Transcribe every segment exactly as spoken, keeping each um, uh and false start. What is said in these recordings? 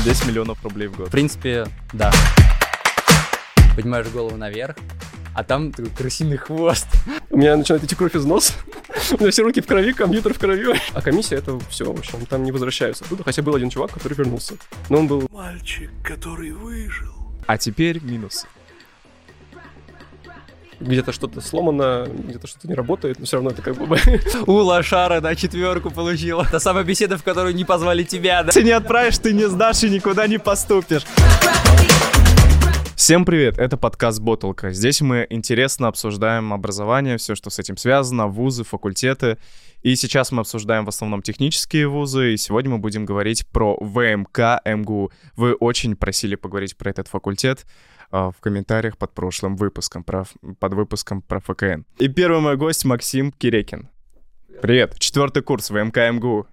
десять миллионов рублей в год. В принципе, да. Поднимаешь голову наверх, а там такой крысиный хвост. У меня начинает идти кровь из носа. У меня все руки в крови, компьютер в крови. А комиссия — это все, в общем, там не возвращаются оттуда. Хотя был один чувак, который вернулся. Но он был... Мальчик, который выжил. А теперь минусы. Где-то что-то сломано, где-то что-то не работает, но все равно это как бы... У, лошара, да, четверку получила. Та самая беседа, в которую не позвали тебя, да? Ты не отправишь, ты не сдашь и никуда не поступишь. Всем привет, это подкаст «Боттлка». Здесь мы интересно обсуждаем образование, все, что с этим связано, вузы, факультеты. И сейчас мы обсуждаем в основном технические вузы, и сегодня мы будем говорить про ВМК МГУ. Вы очень просили поговорить про этот факультет в комментариях под прошлым выпуском, про, под выпуском про ФКН. И первый мой гость Максим Кирекин. Привет, четвертый курс ВМК МГУ.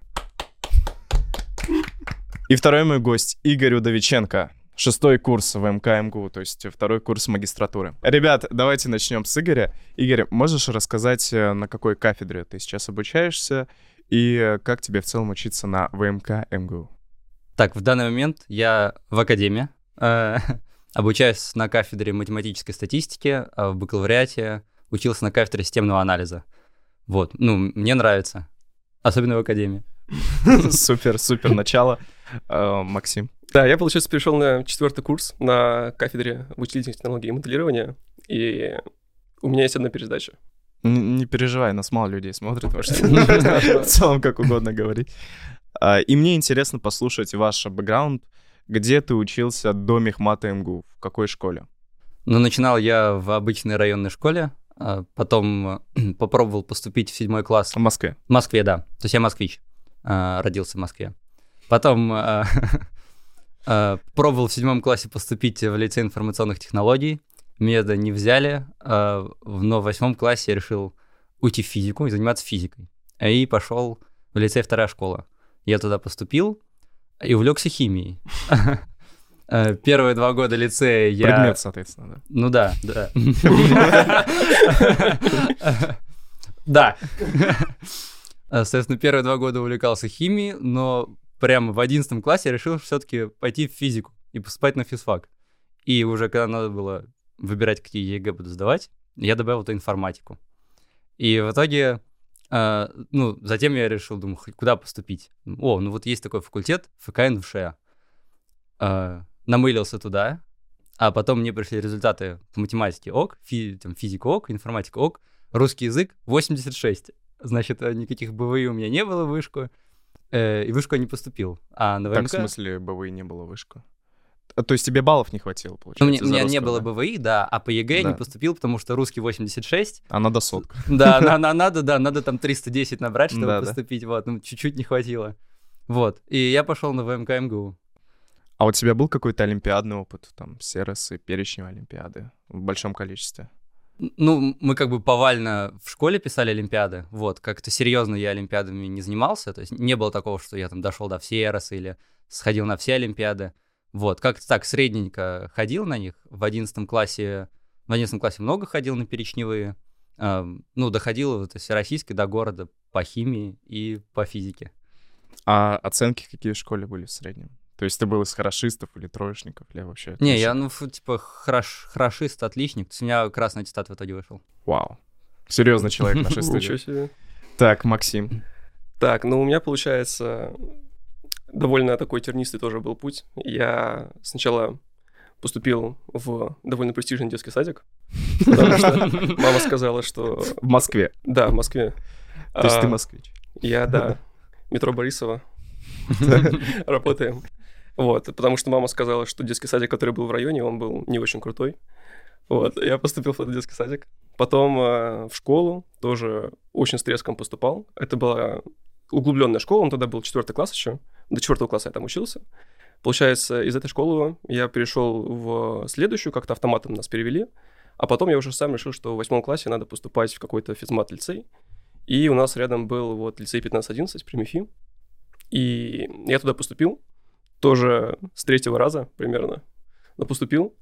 И второй мой гость Игорь Удовиченко. Шестой курс ВМК МГУ, то есть второй курс магистратуры. Ребят, давайте начнем с Игоря. Игорь, можешь рассказать, на какой кафедре ты сейчас обучаешься и как тебе в целом учиться на ВМК МГУ? Так, в данный момент я в академии. Э, обучаюсь на кафедре математической статистики, а в бакалавриате учился на кафедре системного анализа. Вот, ну, мне нравится, особенно в академии. Супер, супер начало. Максим? Да, я, получается, перешел на четвертый курс на кафедре вычислительных технологий и моделирования, и у меня есть одна пересдача. Не, не переживай, нас мало людей смотрит, в целом как угодно говорить. И мне интересно послушать ваш бэкграунд. Где ты учился до мехмата МГУ? В какой школе? Ну, начинал я в обычной районной школе, потом попробовал поступить в седьмой класс. В Москве? В Москве, да. То есть я москвич, родился в Москве. Потом... Uh, пробовал в седьмом классе поступить в лицей информационных технологий. Меня это не взяли, uh, но в восьмом классе я решил уйти в физику и заниматься физикой. И пошел в лицей вторая школа. Я туда поступил и увлекся химией. uh, Первые два года лицея я... Предмет, соответственно, да? Ну да, да. Да. Соответственно, первые два года увлекался химией, но... Прямо в одиннадцатом классе я решил все-таки пойти в физику и поступать на физфак. И уже когда надо было выбирать, какие ЕГЭ буду сдавать, я добавил эту информатику. И в итоге, э, ну, затем я решил, думаю, куда поступить. О, ну вот есть такой факультет, ФКН ВШЭ. Э, намылился туда, а потом мне пришли результаты по математике ок, фи, там, физика ок, информатика ок, русский язык восемьдесят шесть. Значит, никаких БВИ у меня не было в вышку. И в вышку я не поступил. А на ВМК... Так, в смысле, БВИ не было вышку? То есть тебе баллов не хватило, получается? Ну, у меня не было БВИ, да, а по ЕГЭ я да. не поступил, потому что русский восемьдесят шесть. А надо сотка. Да, на, на, надо, да, надо там триста десять набрать, чтобы да, поступить, да. Вот, ну, чуть-чуть не хватило. Вот, и я пошел на ВМК МГУ. А у тебя был какой-то олимпиадный опыт, там, сервисы, перечни олимпиады в большом количестве? Ну, мы как бы повально в школе писали олимпиады, вот, как-то серьезно я олимпиадами не занимался, то есть не было такого, что я там дошел до всероса или сходил на все олимпиады, вот, как-то так средненько ходил на них, в одиннадцатом классе, в одиннадцатом классе много ходил на перечневые, э, ну, доходил вот всероссийской до города по химии и по физике. А оценки какие в школе были в среднем? То есть ты был из хорошистов или троечников, или вообще? Не, я, ну, типа, хорош, хорошист, отличник. То есть у меня красный аттестат в итоге вышел. Вау. Серьезный человек в нашей студии. Ничего себе. Так, Максим. Так, ну у меня, получается, довольно такой тернистый тоже был путь. Я сначала поступил в довольно престижный детский садик, потому что мама сказала, что... В Москве? Да, в Москве. То есть ты москвич? Я, да. Метро Борисова. Работаем. Вот, потому что мама сказала, что детский садик, который был в районе, он был не очень крутой. Вот, я поступил в этот детский садик. Потом э, в школу тоже очень с треском поступал. Это была углубленная школа, он тогда был четвертый класс еще. До четвертого класса я там учился. Получается, из этой школы я перешел в следующую, как-то автоматом нас перевели. А потом я уже сам решил, что в восьмом классе надо поступать в какой-то физмат-лицей. И у нас рядом был вот лицей пятнадцать одиннадцать при МИФИ. И я туда поступил. Тоже с третьего раза примерно, но поступил.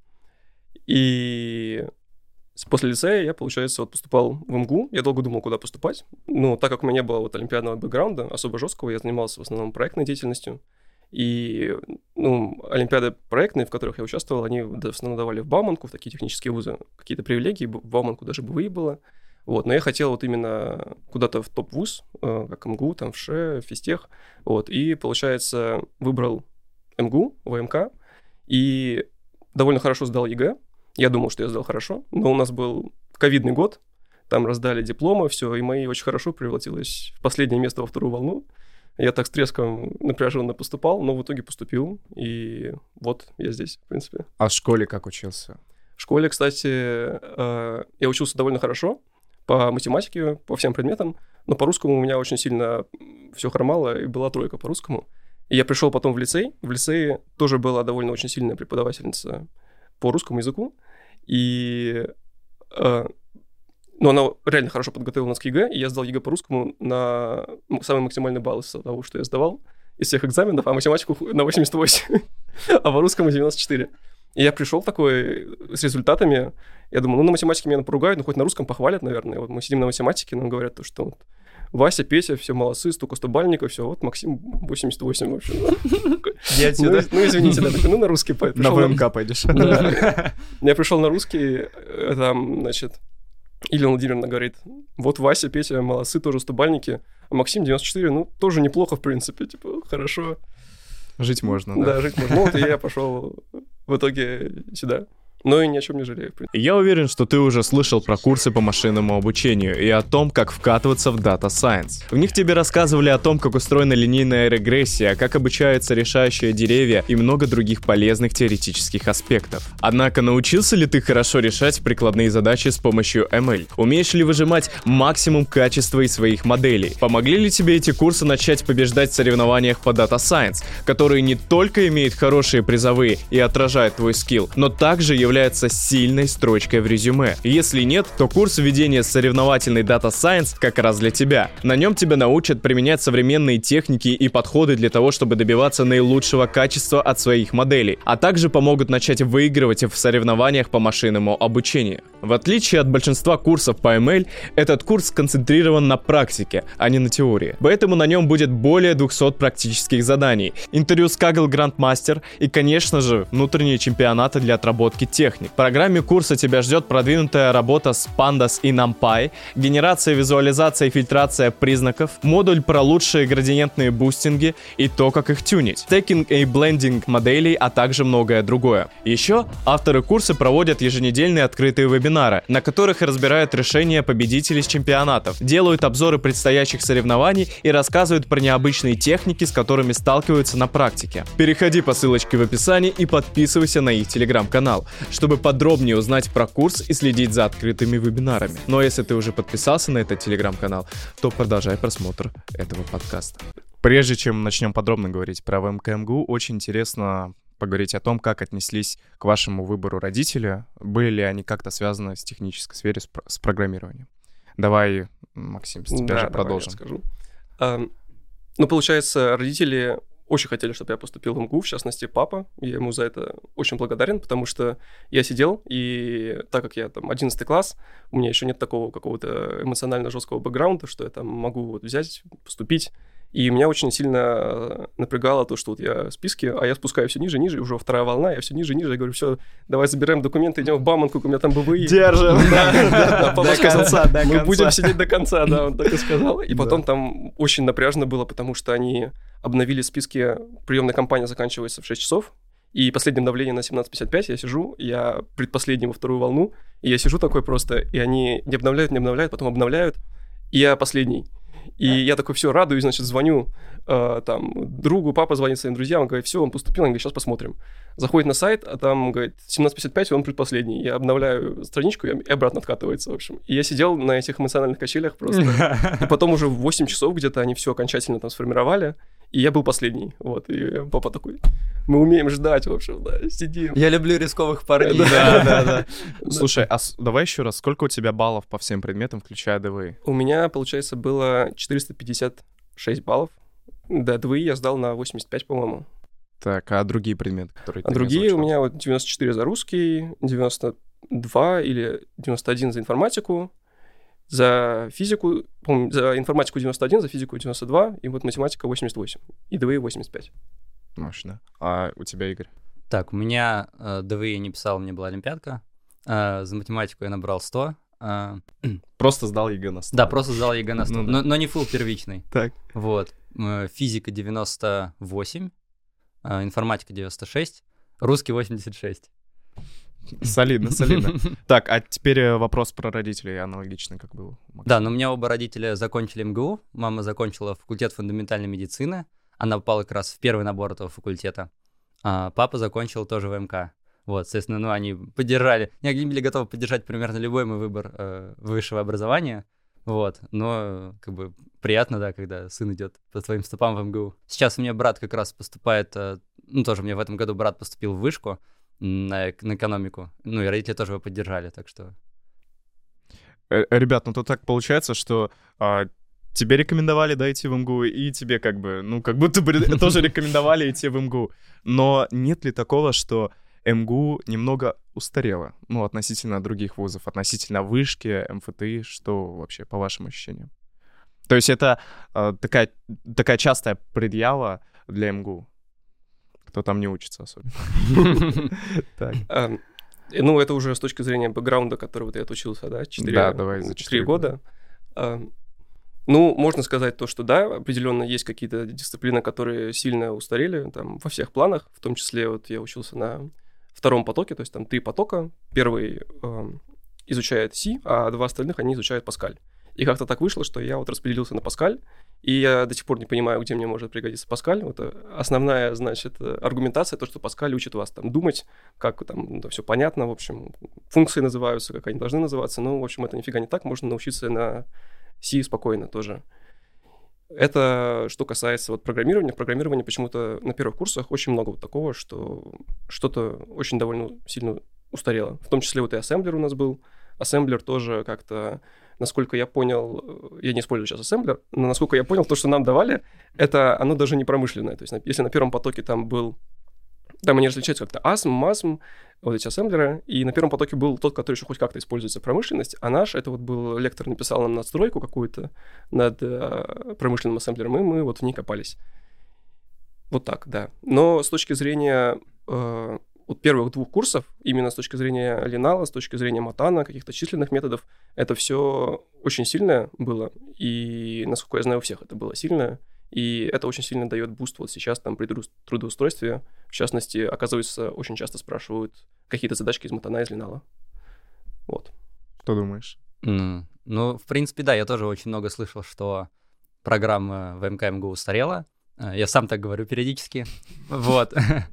И после лицея я, получается, вот поступал в МГУ. Я долго думал, куда поступать. Но так как у меня не было вот олимпиадного бэкграунда, особо жесткого, я занимался в основном проектной деятельностью. И, ну, олимпиады проектные, в которых я участвовал, они в основном давали в Бауманку, в такие технические вузы, какие-то привилегии, в Бауманку даже БВИ было. Вот, но я хотел вот именно куда-то в топ-вуз, как МГУ, там, ВШЭ, физтех, вот, и, получается, выбрал МГУ, ВМК, и довольно хорошо сдал ЕГЭ. Я думал, что я сдал хорошо, но у нас был ковидный год, там раздали дипломы, все, и мои очень хорошо превратилось в последнее место во вторую волну. Я так с треском напряженно поступал, но в итоге поступил, и вот я здесь, в принципе. А в школе как учился? В школе, кстати, я учился довольно хорошо, по математике, по всем предметам, но по русскому у меня очень сильно все хромало, и была тройка по русскому. И я пришел потом в лицей. В лицее тоже была довольно очень сильная преподавательница по русскому языку, и э, ну, она реально хорошо подготовила нас к ЕГЭ, и я сдал ЕГЭ по русскому на самый максимальный балл из того, что я сдавал, из всех экзаменов, а математику на восемьдесят восемь, а по русскому девяносто четыре. И я пришел такой с результатами, я думаю, ну, на математике меня поругают, ну, хоть на русском похвалят, наверное. Вот мы сидим на математике, нам говорят, то, что вот Вася, Петя, все молодцы, столько стобальников, все, вот Максим восемьдесят восемь, в общем. Я отсюда. Ну, извините, да, такой, ну, на русский пойду. На ВМК пойдешь. Я пришел на русский, там, значит, Илья Владимировна говорит, вот Вася, Петя, молодцы, тоже стобальники, а Максим девяносто четыре, ну, тоже неплохо, в принципе, типа, хорошо. Жить можно, да? Да, жить можно. Ну, вот и я пошел в итоге сюда. Но и ни о чем не жалею. Я уверен, что ты уже слышал про курсы по машинному обучению и о том, как вкатываться в Data Science. В них тебе рассказывали о том, как устроена линейная регрессия, как обучаются решающие деревья и много других полезных теоретических аспектов. Однако научился ли ты хорошо решать прикладные задачи с помощью эм эл? Умеешь ли выжимать максимум качества из своих моделей? Помогли ли тебе эти курсы начать побеждать в соревнованиях по Data Science, которые не только имеют хорошие призовые и отражают твой скилл, но также являются является сильной строчкой в резюме. Если нет, то курс введения соревновательной Data Science как раз для тебя. На нем тебя научат применять современные техники и подходы для того, чтобы добиваться наилучшего качества от своих моделей, а также помогут начать выигрывать в соревнованиях по машинному обучению. В отличие от большинства курсов по эм эл, этот курс сконцентрирован на практике, а не на теории. Поэтому на нем будет более двухсот практических заданий, интервью с Kaggle Grandmaster и, конечно же, внутренние чемпионаты для отработки техник. В программе курса тебя ждет продвинутая работа с Pandas и NumPy, генерация, визуализация и фильтрация признаков, модуль про лучшие градиентные бустинги и то, как их тюнить, стекинг и блендинг моделей, а также многое другое. Еще авторы курса проводят еженедельные открытые вебинары, на которых разбирают решения победителей с чемпионатов, делают обзоры предстоящих соревнований и рассказывают про необычные техники, с которыми сталкиваются на практике. Переходи по ссылочке в описании и подписывайся на их телеграм-канал, чтобы подробнее узнать про курс и следить за открытыми вебинарами. Но если ты уже подписался на этот телеграм-канал, то продолжай просмотр этого подкаста. Прежде чем начнем подробно говорить про ВМК МГУ, очень интересно поговорить о том, как отнеслись к вашему выбору родители, были ли они как-то связаны с технической сферой, с, про- с программированием. Давай, Максим, с тебя да, же продолжим. Давай я скажу. А, ну, получается, родители очень хотели, чтобы я поступил в МГУ, в частности, папа. Я ему за это очень благодарен, потому что я сидел, и так как я там одиннадцатый класс, у меня еще нет такого какого-то эмоционально жесткого бэкграунда, что я там могу вот взять, поступить. И меня очень сильно напрягало то, что вот я в списке, а я спускаю все ниже и ниже, и уже вторая волна, я все ниже и ниже, я говорю, все, давай забираем документы, идем в Бауманку, у меня там БВИ. Держим! До конца, Мы будем сидеть до конца, да, он так и сказал. И потом там очень напряжно было, потому что они обновили списки, приемная кампания заканчивается в шесть часов, и последнее давление на семнадцать пятьдесят пять, я сижу, я предпоследний во вторую волну, и я сижу такой просто, и они не обновляют, не обновляют, потом обновляют, и я последний. И я такой, все, радуюсь, значит, звоню э, там другу, папа звонит своим друзьям, он говорит, все, он поступил, он говорит, сейчас посмотрим. Заходит на сайт, а там, говорит, семнадцать пятьдесят пять, и он предпоследний. Я обновляю страничку, и обратно откатывается, в общем. И я сидел на этих эмоциональных качелях просто. И потом уже в восемь часов где-то они все окончательно там сформировали, и я был последний. Вот, и папа такой, мы умеем ждать, в общем, да, сидим. Я люблю рисковых парней. Да, да, да. Слушай, а давай еще раз, сколько у тебя баллов по всем предметам, включая ДВИ? У меня, получается, было четыреста пятьдесят шесть баллов. Да, ДВИ я сдал на восемьдесят пять, по-моему. Так, а другие предметы, которые ты А другие озвучил? у меня вот девяносто четыре за русский, девяносто два или девяносто один за информатику, за физику, помню, за информатику девяносто один, за физику девяносто два, и вот математика восемьдесят восемь, и ДВИ восемьдесят пять. Мощно. А у тебя, Игорь? Так, у меня э, ДВИ я не писал, у меня была олимпиадка. Э, за математику я набрал сто. Э, Просто сдал ЕГЭ на сто. да, просто сдал ЕГЭ на сто, Ну да. но, но не фулл первичный. Так. Вот. Э, физика девяносто восемь, э, информатика девяносто шесть, русский восемьдесят шесть. Солидно, солидно. Так, а теперь э, вопрос про родителей аналогичный, как был. у Максима. Да, но у меня оба родителя закончили МГУ. Мама закончила факультет фундаментальной медицины. Она попала как раз в первый набор этого факультета. А папа закончил тоже ВМК. Вот, соответственно, ну, они поддержали. Они были готовы поддержать примерно любой мой выбор э, высшего образования. Вот, но как бы приятно, да, когда сын идет по своим стопам в МГУ. Сейчас у меня брат как раз поступает, э, ну, тоже у меня в этом году брат поступил в вышку на, на экономику. Ну, и родители тоже его поддержали, так что... Э, Ребят, ну то так получается, что а, тебе рекомендовали, да, идти в МГУ, и тебе как бы, ну, как будто бы тоже рекомендовали идти в МГУ. Но нет ли такого, что МГУ немного устарело, ну, относительно других вузов, относительно вышки, МФТИ, что вообще, по вашим ощущениям? То есть это а, такая, такая частая предъява для МГУ, кто там не учится особенно. Так. А, ну, это уже с точки зрения бэкграунда, которого ты отучился, да? четыре, Да, давай за четыре три года. А, ну, можно сказать то, что да, определенно есть какие-то дисциплины, которые сильно устарели, там, во всех планах, в том числе вот я учился на втором потоке, то есть там три потока. Первый э, изучает C, а два остальных они изучают Паскаль. И как-то так вышло, что я вот распределился на Паскаль, и я до сих пор не понимаю, где мне может пригодиться Паскаль. Вот основная, значит, аргументация, то, что Паскаль учит вас там думать, как там все понятно, в общем, функции называются, как они должны называться, но, в общем, это нифига не так, можно научиться на C спокойно тоже. Это что касается вот программирования. Программирование почему-то на первых курсах очень много вот такого, что что-то очень довольно сильно устарело. В том числе вот и ассемблер у нас был. Ассемблер тоже как-то, насколько я понял, я не использую сейчас ассемблер, но насколько я понял, то, что нам давали, это оно даже не промышленное. То есть если на первом потоке там был, там они различаются как-то асм, масм, вот эти ассемблеры, и на первом потоке был тот, который еще хоть как-то используется в промышленности, а наш, это вот был, лектор написал нам надстройку какую-то над э, промышленным ассемблером, и мы вот в ней копались. Вот так, да. Но с точки зрения э, вот первых двух курсов, именно с точки зрения Линала, с точки зрения Матана, каких-то численных методов, это все очень сильное было, и, насколько я знаю, у всех это было сильное. И это очень сильно дает буст вот сейчас там при трудоустройстве. В частности, оказывается, очень часто спрашивают какие-то задачки из Матана, из Линала. Вот. Что думаешь? Mm. Ну, в принципе, да, я тоже очень много слышал, что программа ВМК МГУ устарела. Я сам так говорю периодически. Вот.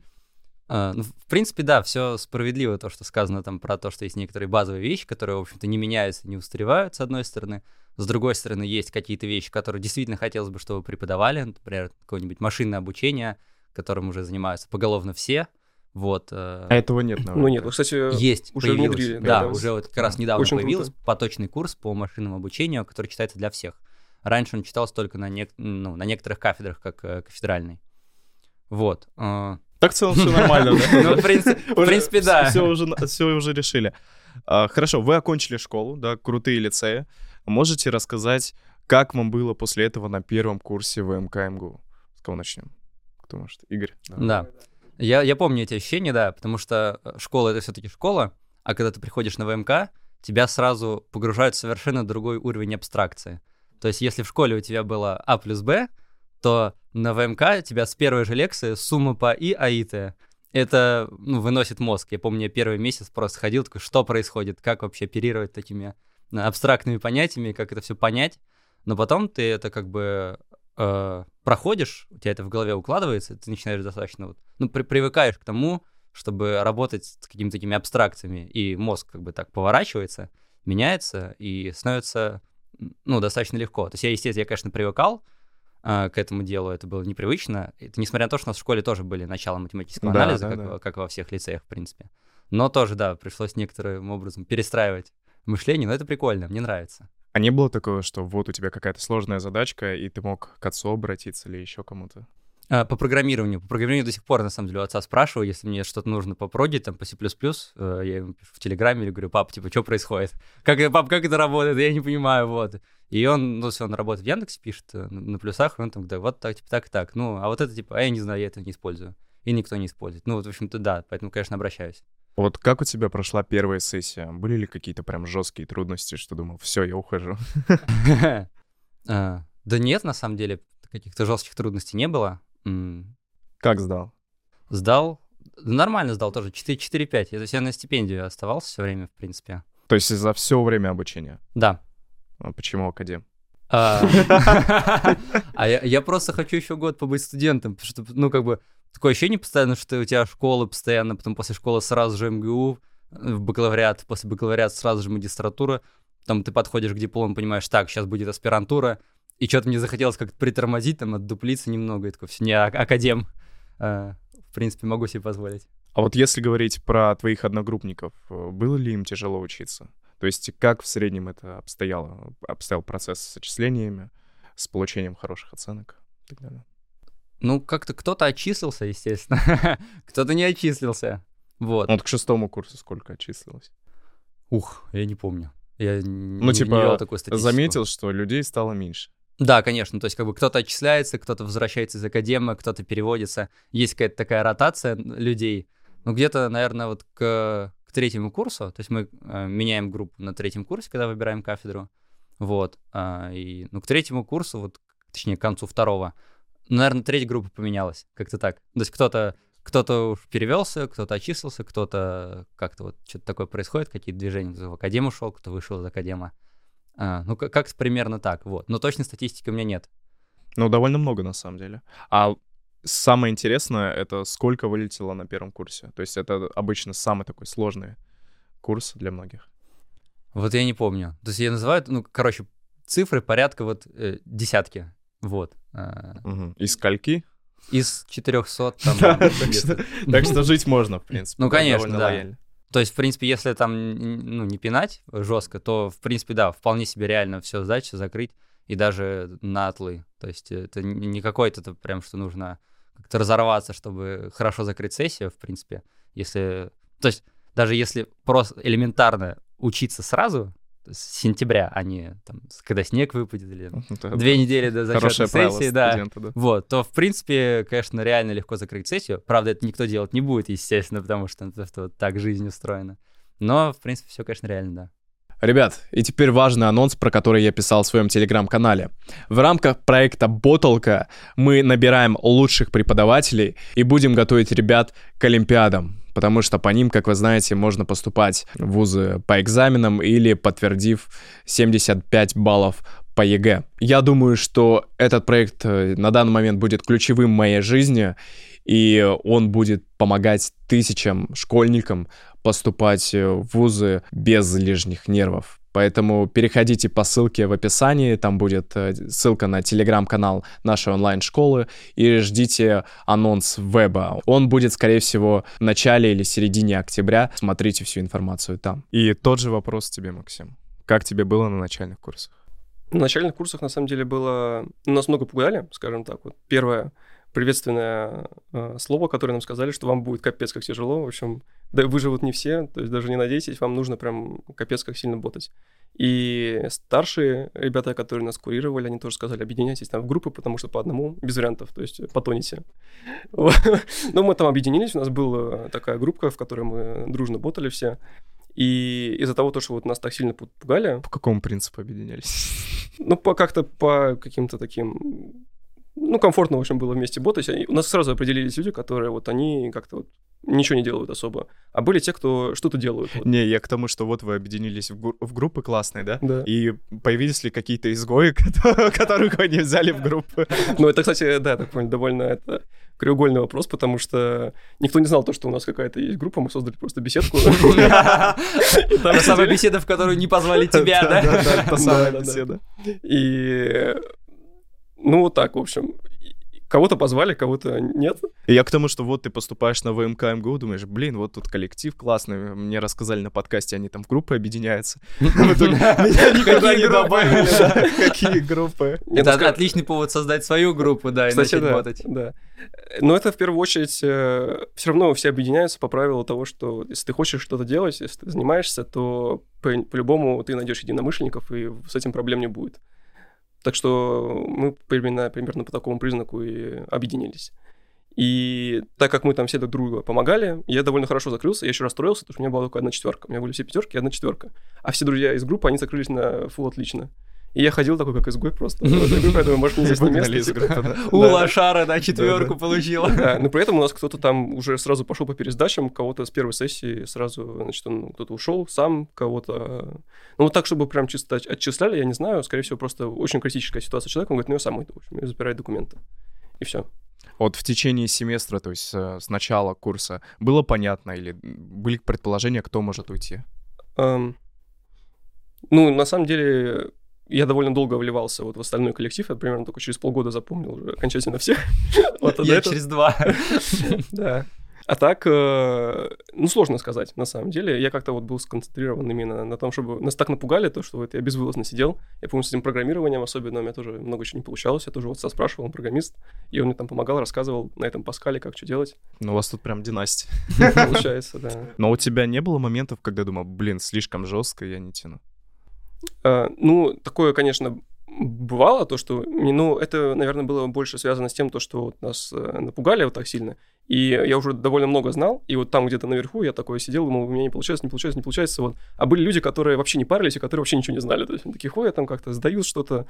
В принципе, да, все справедливо, то, что сказано там про то, что есть некоторые базовые вещи, которые, в общем-то, не меняются, не устаревают, с одной стороны. С другой стороны, есть какие-то вещи, которые действительно хотелось бы, чтобы преподавали, например, какое-нибудь машинное обучение, которым уже занимаются поголовно все. Вот. А этого нет, наверное. Ну нет, ну, кстати, есть, уже появилось. внедрили. Да, да, уже вот как раз недавно очень появился круто. поточный курс по машинному обучению, который читается для всех. Раньше он читался только на, нек- ну, на некоторых кафедрах, как э, кафедральный. Вот. э. Так в целом все нормально, да? Ну, в принципе, в принципе, да. Все уже, все уже решили. А, хорошо, вы окончили школу, да, крутые лицеи. Можете рассказать, как вам было после этого на первом курсе ВМК МГУ? С кого начнем? Кто может? Игорь? Да. Я, я помню эти ощущения, да, потому что школа — это все-таки школа, а когда ты приходишь на ВМК, тебя сразу погружают в совершенно другой уровень абстракции. То есть если в школе у тебя было А плюс Б, то на ВМК тебя с первой же лекции сумма по И, а И, Т. Это, ну, выносит мозг. Я помню, я первый месяц просто ходил, такой, что происходит, как вообще оперировать такими абстрактными понятиями, как это все понять. Но потом ты это как бы э, проходишь, у тебя это в голове укладывается, ты начинаешь достаточно, вот, ну, при, привыкаешь к тому, чтобы работать с какими-то такими абстракциями, и мозг как бы так поворачивается, меняется, и становится, ну, достаточно легко. То есть я, естественно, я, конечно, привыкал э, к этому делу, это было непривычно. Это несмотря на то, что у нас в школе тоже были начала математического да, анализа, да, как, да. как во всех лицеях, в принципе. Но тоже, да, пришлось некоторым образом перестраивать мышление, но это прикольно, мне нравится. А не было такого, что вот у тебя какая-то сложная задачка, и ты мог к отцу обратиться или еще кому-то? А, по программированию. По программированию до сих пор, на самом деле, у отца спрашиваю, если мне что-то нужно попродить, там, по C++, э, я ему пишу в Телеграме или говорю: пап, типа, что происходит? Как, пап, как это работает? Я не понимаю, вот. И он, ну, если он работает в Яндексе, пишет на, на плюсах, он там говорит: вот так, типа, так и так. Ну, а вот это, типа, а я не знаю, я это не использую. И никто не использует. Ну, вот, в общем-то, да, поэтому, конечно, обращаюсь. Вот как у тебя прошла первая сессия? Были ли какие-то прям жесткие трудности, что думал, все, я ухожу? Да нет, на самом деле, каких-то жестких трудностей не было. Как сдал? Сдал. Нормально сдал тоже, четыре пять. То есть я на стипендию оставался все время, в принципе. То есть за все время обучения? Да. А почему академ? А я просто хочу еще год побыть студентом, потому что, ну, как бы, такое ощущение постоянно, что у тебя школа постоянно, потом после школы сразу же эм гэ у, в бакалавриат, после бакалавриата сразу же магистратура, там ты подходишь к диплому, понимаешь, так, сейчас будет аспирантура, и что-то мне захотелось как-то притормозить, там, отдуплиться немного, и такое, все, не, академ, в принципе, могу себе позволить. А вот если говорить про твоих одногруппников, было ли им тяжело учиться? То есть как в среднем это обстояло, обстоял процесс с отчислениями, с получением хороших оценок и так далее? Ну, как-то кто-то отчислился, естественно, кто-то не отчислился, вот. Вот к шестому курсу сколько отчислилось? Ух, я не помню. Я ну, не, типа, не вел такую статистику. Заметил, что людей стало меньше. Да, конечно, то есть как бы кто-то отчисляется, кто-то возвращается из академии, кто-то переводится. Есть какая-то такая ротация людей. Ну, где-то, наверное, вот к, к третьему курсу, то есть мы э, меняем группу на третьем курсе, когда выбираем кафедру, вот, э, и, ну, к третьему курсу, вот, точнее, к концу второго, ну, наверное, третья группа поменялась, как-то так. То есть кто-то, кто-то уж перевелся, кто-то отчислился, кто-то как-то вот что-то такое происходит, какие-то движения, кто в академ ушел, кто вышел из академа. А, ну, как-то примерно так, вот. Но точной статистики у меня нет. Ну, довольно много, на самом деле. А самое интересное, это сколько вылетело на первом курсе? То есть это обычно самый такой сложный курс для многих. Вот я не помню. То есть я называю, ну, короче, цифры порядка вот э, десятки, вот. Угу. Из скольки? Из четырехсот, там. Так что жить можно, в принципе. Ну, конечно, да. То есть, в принципе, если там, ну, не пинать жестко, то, в принципе, да, вполне себе реально все сдать, все закрыть, и даже на атлы. То есть это не какой-то это прям, что нужно как-то разорваться, чтобы хорошо закрыть сессию, в принципе. Если... То есть даже если просто элементарно учиться сразу, с сентября, а не там, когда снег выпадет, или да, две да. недели до зачетной сессии, да, да, вот, то, в принципе, конечно, реально легко закрыть сессию. Правда, это никто делать не будет, естественно, потому что это, это вот так жизнь устроена. Но, в принципе, все, конечно, реально, да. Ребят, и теперь важный анонс, про который я писал в своем телеграм-канале. В рамках проекта «Боталка» мы набираем лучших преподавателей и будем готовить ребят к олимпиадам, потому что по ним, как вы знаете, можно поступать в вузы по экзаменам или подтвердив семьдесят пять баллов по ЕГЭ. Я думаю, что этот проект на данный момент будет ключевым в моей жизни, и он будет помогать тысячам школьникам поступать в вузы без лишних нервов. Поэтому переходите по ссылке в описании, там будет ссылка на телеграм-канал нашей онлайн-школы, и ждите анонс веба. Он будет, скорее всего, в начале или середине октября. Смотрите всю информацию там. И тот же вопрос тебе, Максим. Как тебе было на начальных курсах? На начальных курсах, на самом деле, было... Нас много пугали, скажем так. Вот первое приветственное э, слово, которое нам сказали, что вам будет капец как тяжело. В общем, да, выживут не все, то есть даже не надейтесь, вам нужно прям капец как сильно ботать. И старшие ребята, которые нас курировали, они тоже сказали: объединяйтесь там в группы, потому что по одному без вариантов, то есть потонете. Но мы там объединились, у нас была такая группа, в которой мы дружно ботали все. И из-за того, что вот нас так сильно пугали... По какому принципу объединялись? Ну, по, как-то по каким-то таким... Ну, комфортно, в общем, было вместе ботать. У нас сразу определились люди, которые вот они как-то вот ничего не делают особо. А были те, кто что-то делают. Вот. Не, я к тому, что вот вы объединились в, гру- в группы классные, да? Да. И появились ли какие-то изгои, которых вы не взяли в группы? Ну, это, кстати, да, так понял, довольно это краеугольный вопрос, потому что никто не знал то, что у нас какая-то есть группа, мы создали просто беседку. Та самая беседа, в которую не позвали тебя, да? Да, та самая беседа. И... Ну, вот так, в общем. кого-то позвали, кого-то нет. И я к тому, что вот ты поступаешь на ВМК МГУ, думаешь, блин, вот тут коллектив классный, мне рассказали на подкасте, они там в группы объединяются. Меня никогда не добавили. Какие группы? Это отличный повод создать свою группу, да, и начать работать. Да. Но это в первую очередь все равно все объединяются по правилу того, что если ты хочешь что-то делать, если ты занимаешься, то по-любому ты найдешь единомышленников, и с этим проблем не будет. Так что мы примерно, примерно по такому признаку и объединились. И так как мы там все друг другу помогали, я довольно хорошо закрылся. Я еще расстроился, потому что у меня была только одна четверка. У меня были все пятерки и одна четверка. А все друзья из группы, они закрылись на фул отлично. И я ходил такой, как изгой просто. Поэтому, может, мне здесь не место. У лошара, да, четверку получил. Да, но при этом у нас кто-то там уже сразу пошел по пересдачам, кого-то с первой сессии сразу, значит, он кто-то ушел сам, кого-то... Ну, вот так, чтобы прям чисто отчисляли, я не знаю. Скорее всего, просто очень критическая ситуация человека. Он говорит, ну, я сам иду, в общем, я забираю документы. И все. Вот в течение семестра, то есть с начала курса, было понятно или были предположения, кто может уйти? Um, ну, на самом деле, я довольно долго вливался вот в остальной коллектив. Я примерно только через полгода запомнил уже окончательно всех. Я через два. Да. А так, ну, сложно сказать, на самом деле. Я как-то вот был сконцентрирован именно на том, чтобы... Нас так напугали, то, что вот я безвылазно сидел. Я помню, с этим программированием особенно у меня тоже много чего не получалось. Я тоже вот спрашивал, он программист, и он мне там помогал, рассказывал на этом Паскале, как что делать. Ну, у вас тут прям династия. Получается, да. Но у тебя не было моментов, когда думал, блин, слишком жестко, я не тяну? Ну, такое, конечно... Бывало то, что, ну, это, наверное, было больше связано с тем, то, что вот нас напугали вот так сильно, и я уже довольно много знал, и вот там где-то наверху я такой сидел, думал, у меня не получается, не получается, не получается, вот. А были люди, которые вообще не парились, и которые вообще ничего не знали, то есть они такие ходят там как-то, сдают что-то,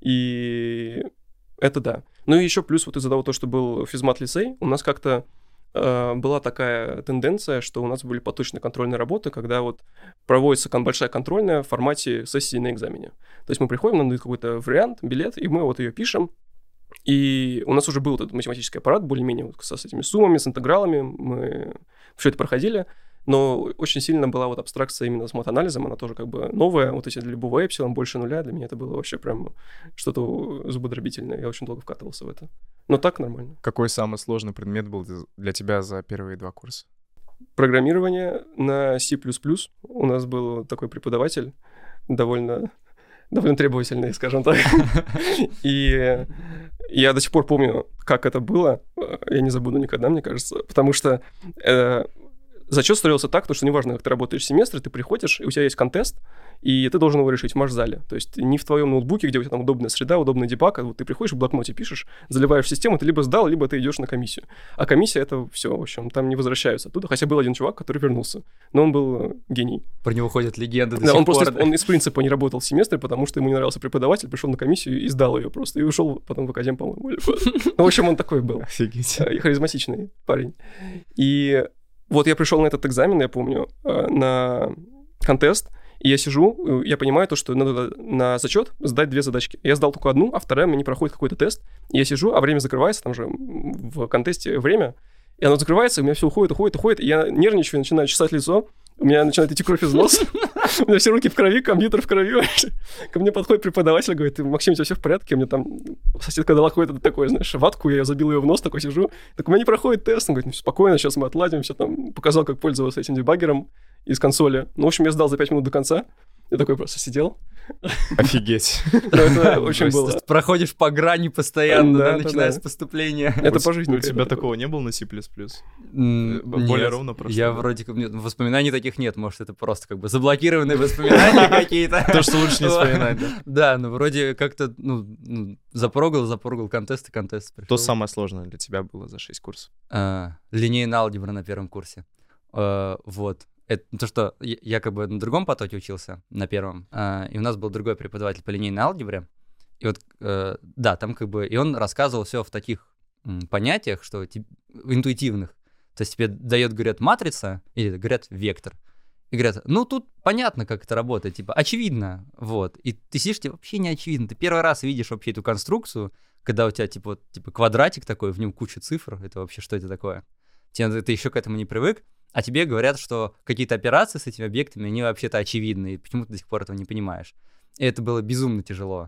и это да. Ну и еще плюс вот из-за того, что был физмат-лицей, у нас как-то была такая тенденция, что у нас были поточные контрольные работы, когда вот проводится большая контрольная в формате сессии на экзамене. То есть мы приходим, нам дают какой-то вариант, билет, и мы вот ее пишем. И у нас уже был этот математический аппарат, более-менее вот с этими суммами, с интегралами, мы все это проходили. Но очень сильно была вот абстракция именно с матанализом, она тоже как бы новая, вот эти для любого эпсилон больше нуля, для меня это было вообще прям что-то зубодробительное, я очень долго вкатывался в это. Но так нормально. Какой самый сложный предмет был для тебя за первые два курса? Программирование на C++. У нас был такой преподаватель, довольно... довольно требовательный, скажем так. И я до сих пор помню, как это было. Я не забуду никогда, мне кажется, потому что... Зачет строился так, что неважно, как ты работаешь семестр, ты приходишь, и у тебя есть контест, и ты должен его решить в маш-зале. То есть не в твоем ноутбуке, где у тебя там удобная среда, удобный дебаг, а вот ты приходишь в блокноте пишешь, заливаешь в систему, ты либо сдал, либо ты идешь на комиссию. А комиссия — это все, в общем, там не возвращаются оттуда. Хотя был один чувак, который вернулся, но он был гений. Про него ходят легенды до да, сих он пор. Просто, да? Он из принципа не работал в семестре, потому что ему не нравился преподаватель, пришел на комиссию и сдал ее просто, и ушел потом в академ, по-моему. Ну, в общем, он такой был. Офигеть. И харизматичный парень. И... Вот я пришел на этот экзамен, я помню, на контест, и я сижу, я понимаю то, что надо на зачет сдать две задачки. Я сдал только одну, а вторая мне не проходит какой-то тест. И я сижу, а время закрывается, там же в контесте время, и оно закрывается, у меня все уходит, уходит, уходит, и я нервничаю, начинаю чесать лицо, у меня начинает идти кровь из носа, у меня все руки в крови, компьютер в крови. Ко мне подходит преподаватель, говорит, Максим, у тебя все в порядке? У меня там соседка дала какую-то такую, знаешь, ватку, я забил ее в нос, такой сижу. Так у меня не проходит тест. Он говорит, ну спокойно, сейчас мы отладим, все там, показал, как пользоваться этим дебаггером из консоли. Ну, в общем, я сдал за пять минут до конца. Я такой просто сидел. Офигеть. Это очень было. Проходишь по грани постоянно, да, начиная с поступления. Это по жизни. У тебя такого не было на C++? Более ровно просто? Я вроде как... Воспоминаний таких нет, может, это просто как бы заблокированные воспоминания какие-то. То, что лучше не вспоминать, да? Да, ну вроде как-то, ну, запрогал, запрогал контесты, контесты. Что самое сложное для тебя было за шесть курсов? Линейная алгебра на первом курсе. Вот. Это то, что я, я как бы на другом потоке учился, на первом, э, и у нас был другой преподаватель по линейной алгебре, и вот, э, да, там как бы, и он рассказывал все в таких м, понятиях, что тип, интуитивных, то есть тебе дает, говорят, матрица, или говорят, вектор, и говорят, ну, тут понятно, как это работает, типа, очевидно, вот, и ты сидишь, тебе вообще не очевидно, ты первый раз видишь вообще эту конструкцию, когда у тебя, типа, вот, типа квадратик такой, в нем куча цифр, это вообще что это такое? Тебе, ты еще к этому не привык, а тебе говорят, что какие-то операции с этими объектами, они вообще-то очевидны, и почему ты до сих пор этого не понимаешь. И это было безумно тяжело.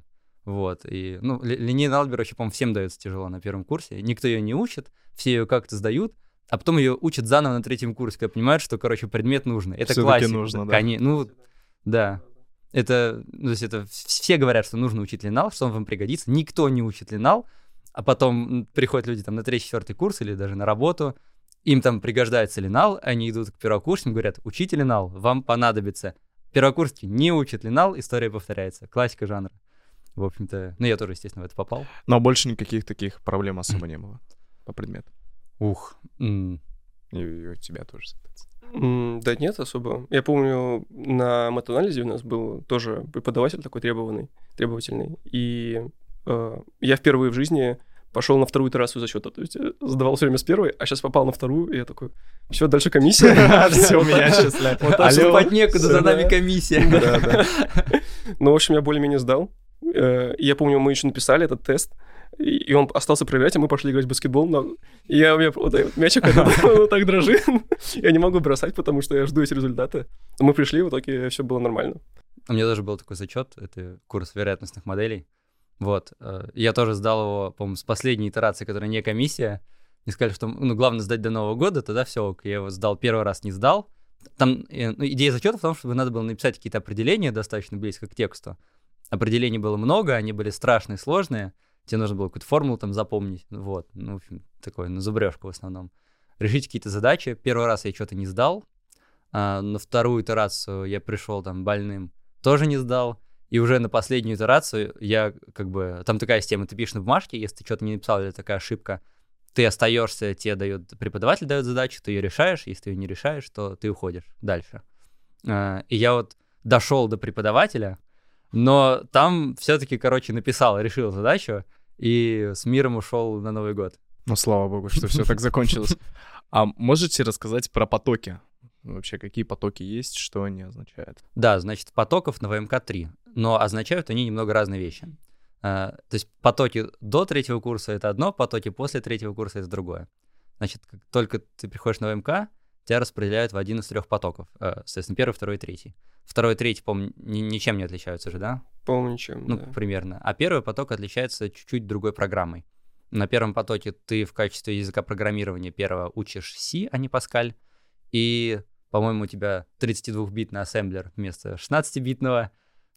Вот, и, ну, ли- линейный алгебра вообще, по-моему, всем дается тяжело на первом курсе. Никто ее не учит, все ее как-то сдают, а потом ее учат заново на третьем курсе, когда понимают, что, короче, предмет нужен. Это Всё-таки классика. нужно, да. Коне- Ну, да. Это, ну, то есть это в- все говорят, что нужно учить линал, что он вам пригодится. Никто не учит линал, а потом м, приходят люди там на третий-четвертый курс или даже на работу, им там пригождается линал, они идут к первокурсникам, говорят, учите линал, вам понадобится. Первокурсники не учат линал, история повторяется. Классика жанра. В общем-то, ну я тоже, естественно, в это попал. Но больше никаких таких проблем особо не было по предмету. Ух. м, И, и у тебя тоже, соответственно. М, Да нет, особо. Я помню, на матанализе у нас был тоже преподаватель такой требованный, требовательный. И э, я впервые в жизни пошел на вторую итерацию зачета. То есть я сдавал все время с первой, а сейчас попал на вторую, и я такой, все, дальше комиссия. Все, меня отчисляют. Вот так Алло. Отступать некуда, за Да. нами комиссия. Да, да. Ну, в общем, я более-менее сдал. Э, и Я помню, мы еще написали этот тест, и и он остался проверять, а мы пошли играть в баскетбол. но- И я, у меня вот этот мячик этот, он так дрожит. Я не могу бросать, потому что я жду эти результаты. Мы пришли, в итоге все было нормально. У меня тоже был такой зачет, это курс вероятностных моделей. Вот. э, Я тоже сдал его, по-моему, с последней итерации, которая не комиссия. Мне сказали, что ну, главное сдать до Нового года, тогда все ок. Я его сдал первый раз, не сдал. Там э, ну, идея зачета в том, чтобы надо было написать какие-то определения достаточно близко к тексту. Определений было много, они были страшные, сложные. Тебе нужно было какую-то формулу там запомнить. Вот. Ну, в общем, такое, на зубрежку в основном. Решить какие-то задачи. Первый раз я что-то не сдал. А на вторую итерацию я пришел там больным, тоже не сдал. И уже на последнюю итерацию я как бы... Там такая система, ты пишешь на бумажке, если ты что-то не написал или такая ошибка, ты остаешься, тебе дает, преподаватель дает задачу, ты ее решаешь, если ты ее не решаешь, то ты уходишь дальше. А, И я вот дошел до преподавателя, но там все-таки, короче, написал, решил задачу и с миром ушел на Новый год. Ну, слава богу, что все так закончилось. А можете рассказать про потоки? Вообще, какие потоки есть, что они означают? Да, значит, потоков на вэ эм ка три, но означают они немного разные вещи. А, То есть потоки до третьего курса — это одно, потоки после третьего курса — это другое. Значит, как только ты приходишь на вэ эм ка, тебя распределяют в один из трех потоков. а, Соответственно, первый, второй и третий. Второй и третий, по-моему, ни- ничем не отличаются же, да? По-моему, ничем, Ну, да. примерно. А первый поток отличается чуть-чуть другой программой. На первом потоке ты в качестве языка программирования первого учишь C, а не Pascal. И, по-моему, у тебя тридцатидвухбитный ассемблер вместо шестнадцатибитного.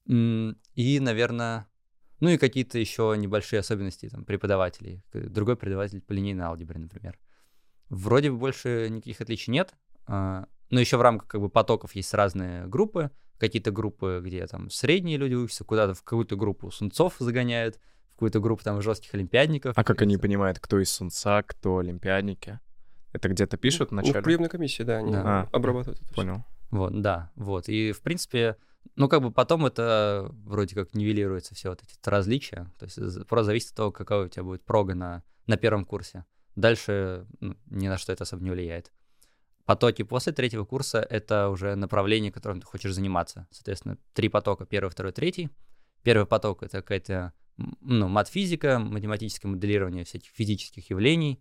М, И, наверное, ну и какие-то еще небольшие особенности там, преподавателей. К- Другой преподаватель по линейной алгебре, например. Вроде бы больше никаких отличий нет. а, Но еще в рамках как бы потоков есть разные группы. Какие-то группы, где там средние люди учатся, куда-то в какую-то группу сунцов загоняют, в какую-то группу там жестких олимпиадников. А как И они всё. понимают, кто из Сунца, кто олимпиадники? Это где-то пишут Ну, в вначале? приемной комиссии, да, они Да. А, обрабатывают это всё. Понял. Вот, да, вот. И, в принципе, ну, как бы потом это вроде как нивелируется, все вот эти различия. То есть з- просто зависит от того, какая у тебя будет прога на, на первом курсе. Дальше ну, ни на что это особо не влияет. Потоки после третьего курса — это уже направление, которым ты хочешь заниматься. Соответственно, три потока: первый, второй, третий. Первый поток — это какая-то м, ну, мат-физика, математическое моделирование всяких физических явлений.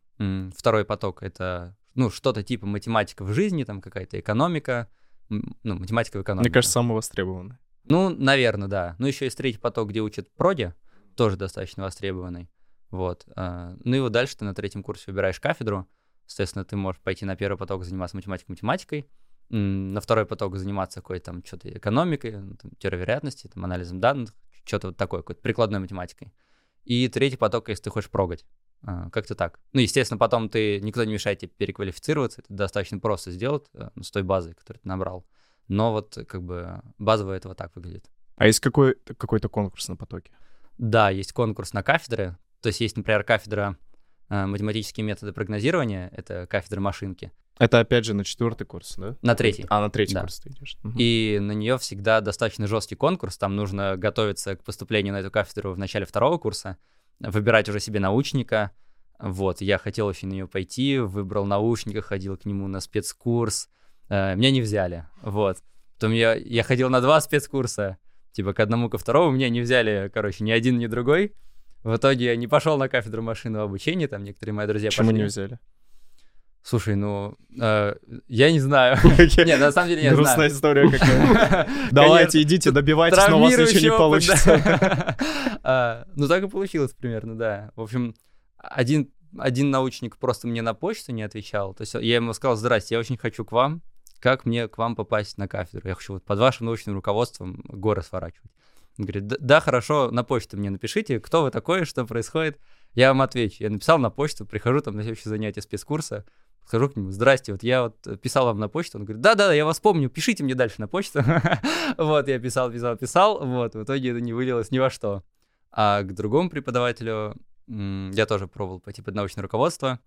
М, Второй поток — это ну, что-то типа математика в жизни, там какая-то экономика, м, ну, математика в экономике. Мне кажется, самый востребованный. Ну, наверное, да. Ну, еще есть третий поток, где учат проде, тоже достаточно востребованный. Вот. а, Ну и вот дальше ты на третьем курсе выбираешь кафедру. Соответственно, ты можешь пойти на первый поток заниматься математикой-математикой, м, на второй поток заниматься какой-то там что-то экономикой, ну, там, теорией вероятности, там, анализом данных, что-то вот такое, какой-то прикладной математикой. И третий поток, если ты хочешь прогать. А, Как-то так. Ну, естественно, потом ты, никто не мешает тебе переквалифицироваться, это достаточно просто сделать а, ну, с той базой, которую ты набрал. Но вот как бы базово этого так выглядит. А есть какой- какой-то конкурс на потоке? Да, есть конкурс на кафедры. То есть есть, например, кафедра э, математические методы прогнозирования, это кафедра машинки, Это опять же на четвертый курс, да? на третий. А, на третий Да. курс ты идешь. Мгм. И на нее всегда достаточно жесткий конкурс. Там нужно готовиться к поступлению на эту кафедру в начале второго курса, выбирать уже себе научника. Вот, я хотел очень на нее пойти, выбрал научника, ходил к нему на спецкурс. Э, Меня не взяли, вот. Потом я, я ходил на два спецкурса, типа к одному, ко второму. Меня не взяли, короче, ни один, ни другой. В итоге я не пошел на кафедру машинного обучения, там некоторые мои друзья Почему пошли. не взяли? Слушай, ну, э, я не знаю. Нет, на самом деле я знаю. Грустная история какая-то. Давайте, идите, добивайтесь, но у вас ничего не получится. Ну, так и получилось примерно, да. В общем, один один научник просто мне на почту не отвечал. То есть я ему сказал: здрасте, я очень хочу к вам. Как мне к вам попасть на кафедру? Я хочу вот под вашим научным руководством горы сворачивать. Он говорит: да, хорошо, на почту мне напишите, кто вы такой, что происходит. Я вам отвечу. Я написал на почту, прихожу там на следующее занятие спецкурса, схожу к нему: здрасте, вот я вот писал вам на почту. Он говорит: да-да, я вас помню, пишите мне дальше на почту. Вот, я писал, писал, писал, вот, в итоге это не вылилось ни во что. А к другому преподавателю я тоже пробовал пойти под научное руководство.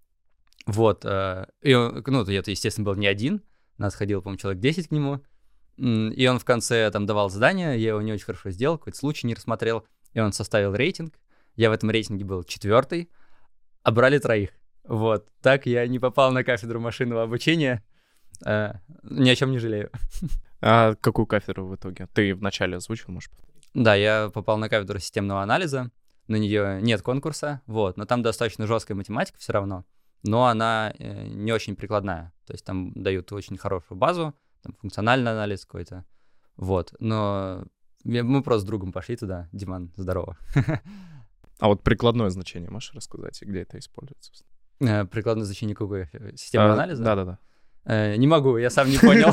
Вот, и он, ну, я, естественно, был не один, нас ходило, по-моему, человек десять к нему, и он в конце там давал задание, я его не очень хорошо сделал, какой-то случай не рассмотрел, и он составил рейтинг. Я в этом рейтинге был четвертый, а брали троих. Вот, так я не попал на кафедру машинного обучения, э, ни о чем не жалею. А какую кафедру в итоге? Ты вначале озвучил, может? Да, я попал на кафедру системного анализа, на нее нет конкурса, вот, но там достаточно жесткая математика все равно, но она э, не очень прикладная, то есть там дают очень хорошую базу, там функциональный анализ какой-то, вот, но мы просто с другом пошли туда. Диман, здорово. А вот прикладное значение можешь рассказать, где это используется? Э, прикладное значение какое? Системного а, анализа? Да-да-да. Э, не могу, я сам не понял.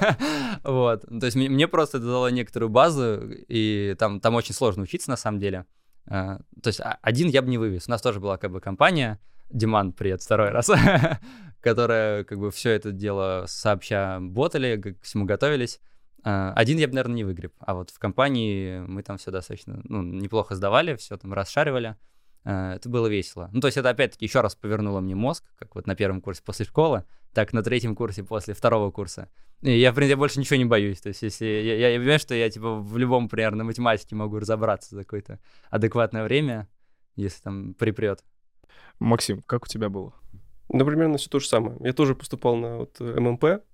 Вот, то есть мне просто это дало некоторую базу, и там там очень сложно учиться на самом деле. То есть один я бы не вывез. У нас тоже была как бы компания, Диман, привет, второй раз, которая как бы все это дело сообща ботали, к всему готовились. Один я бы, наверное, не выгреб. А вот в компании мы там все достаточно ну, неплохо сдавали, все там расшаривали. Это было весело. Ну, то есть это опять-таки еще раз повернуло мне мозг, как вот на первом курсе после школы, так на третьем курсе после второго курса. И я, в принципе, больше ничего не боюсь. То есть если я, я, я понимаю, что я типа в любом примерно математике могу разобраться за какое-то адекватное время, если там припрет. Максим, как у тебя было? Ну, примерно все то же самое. Я тоже поступал на вот эм эм пэ.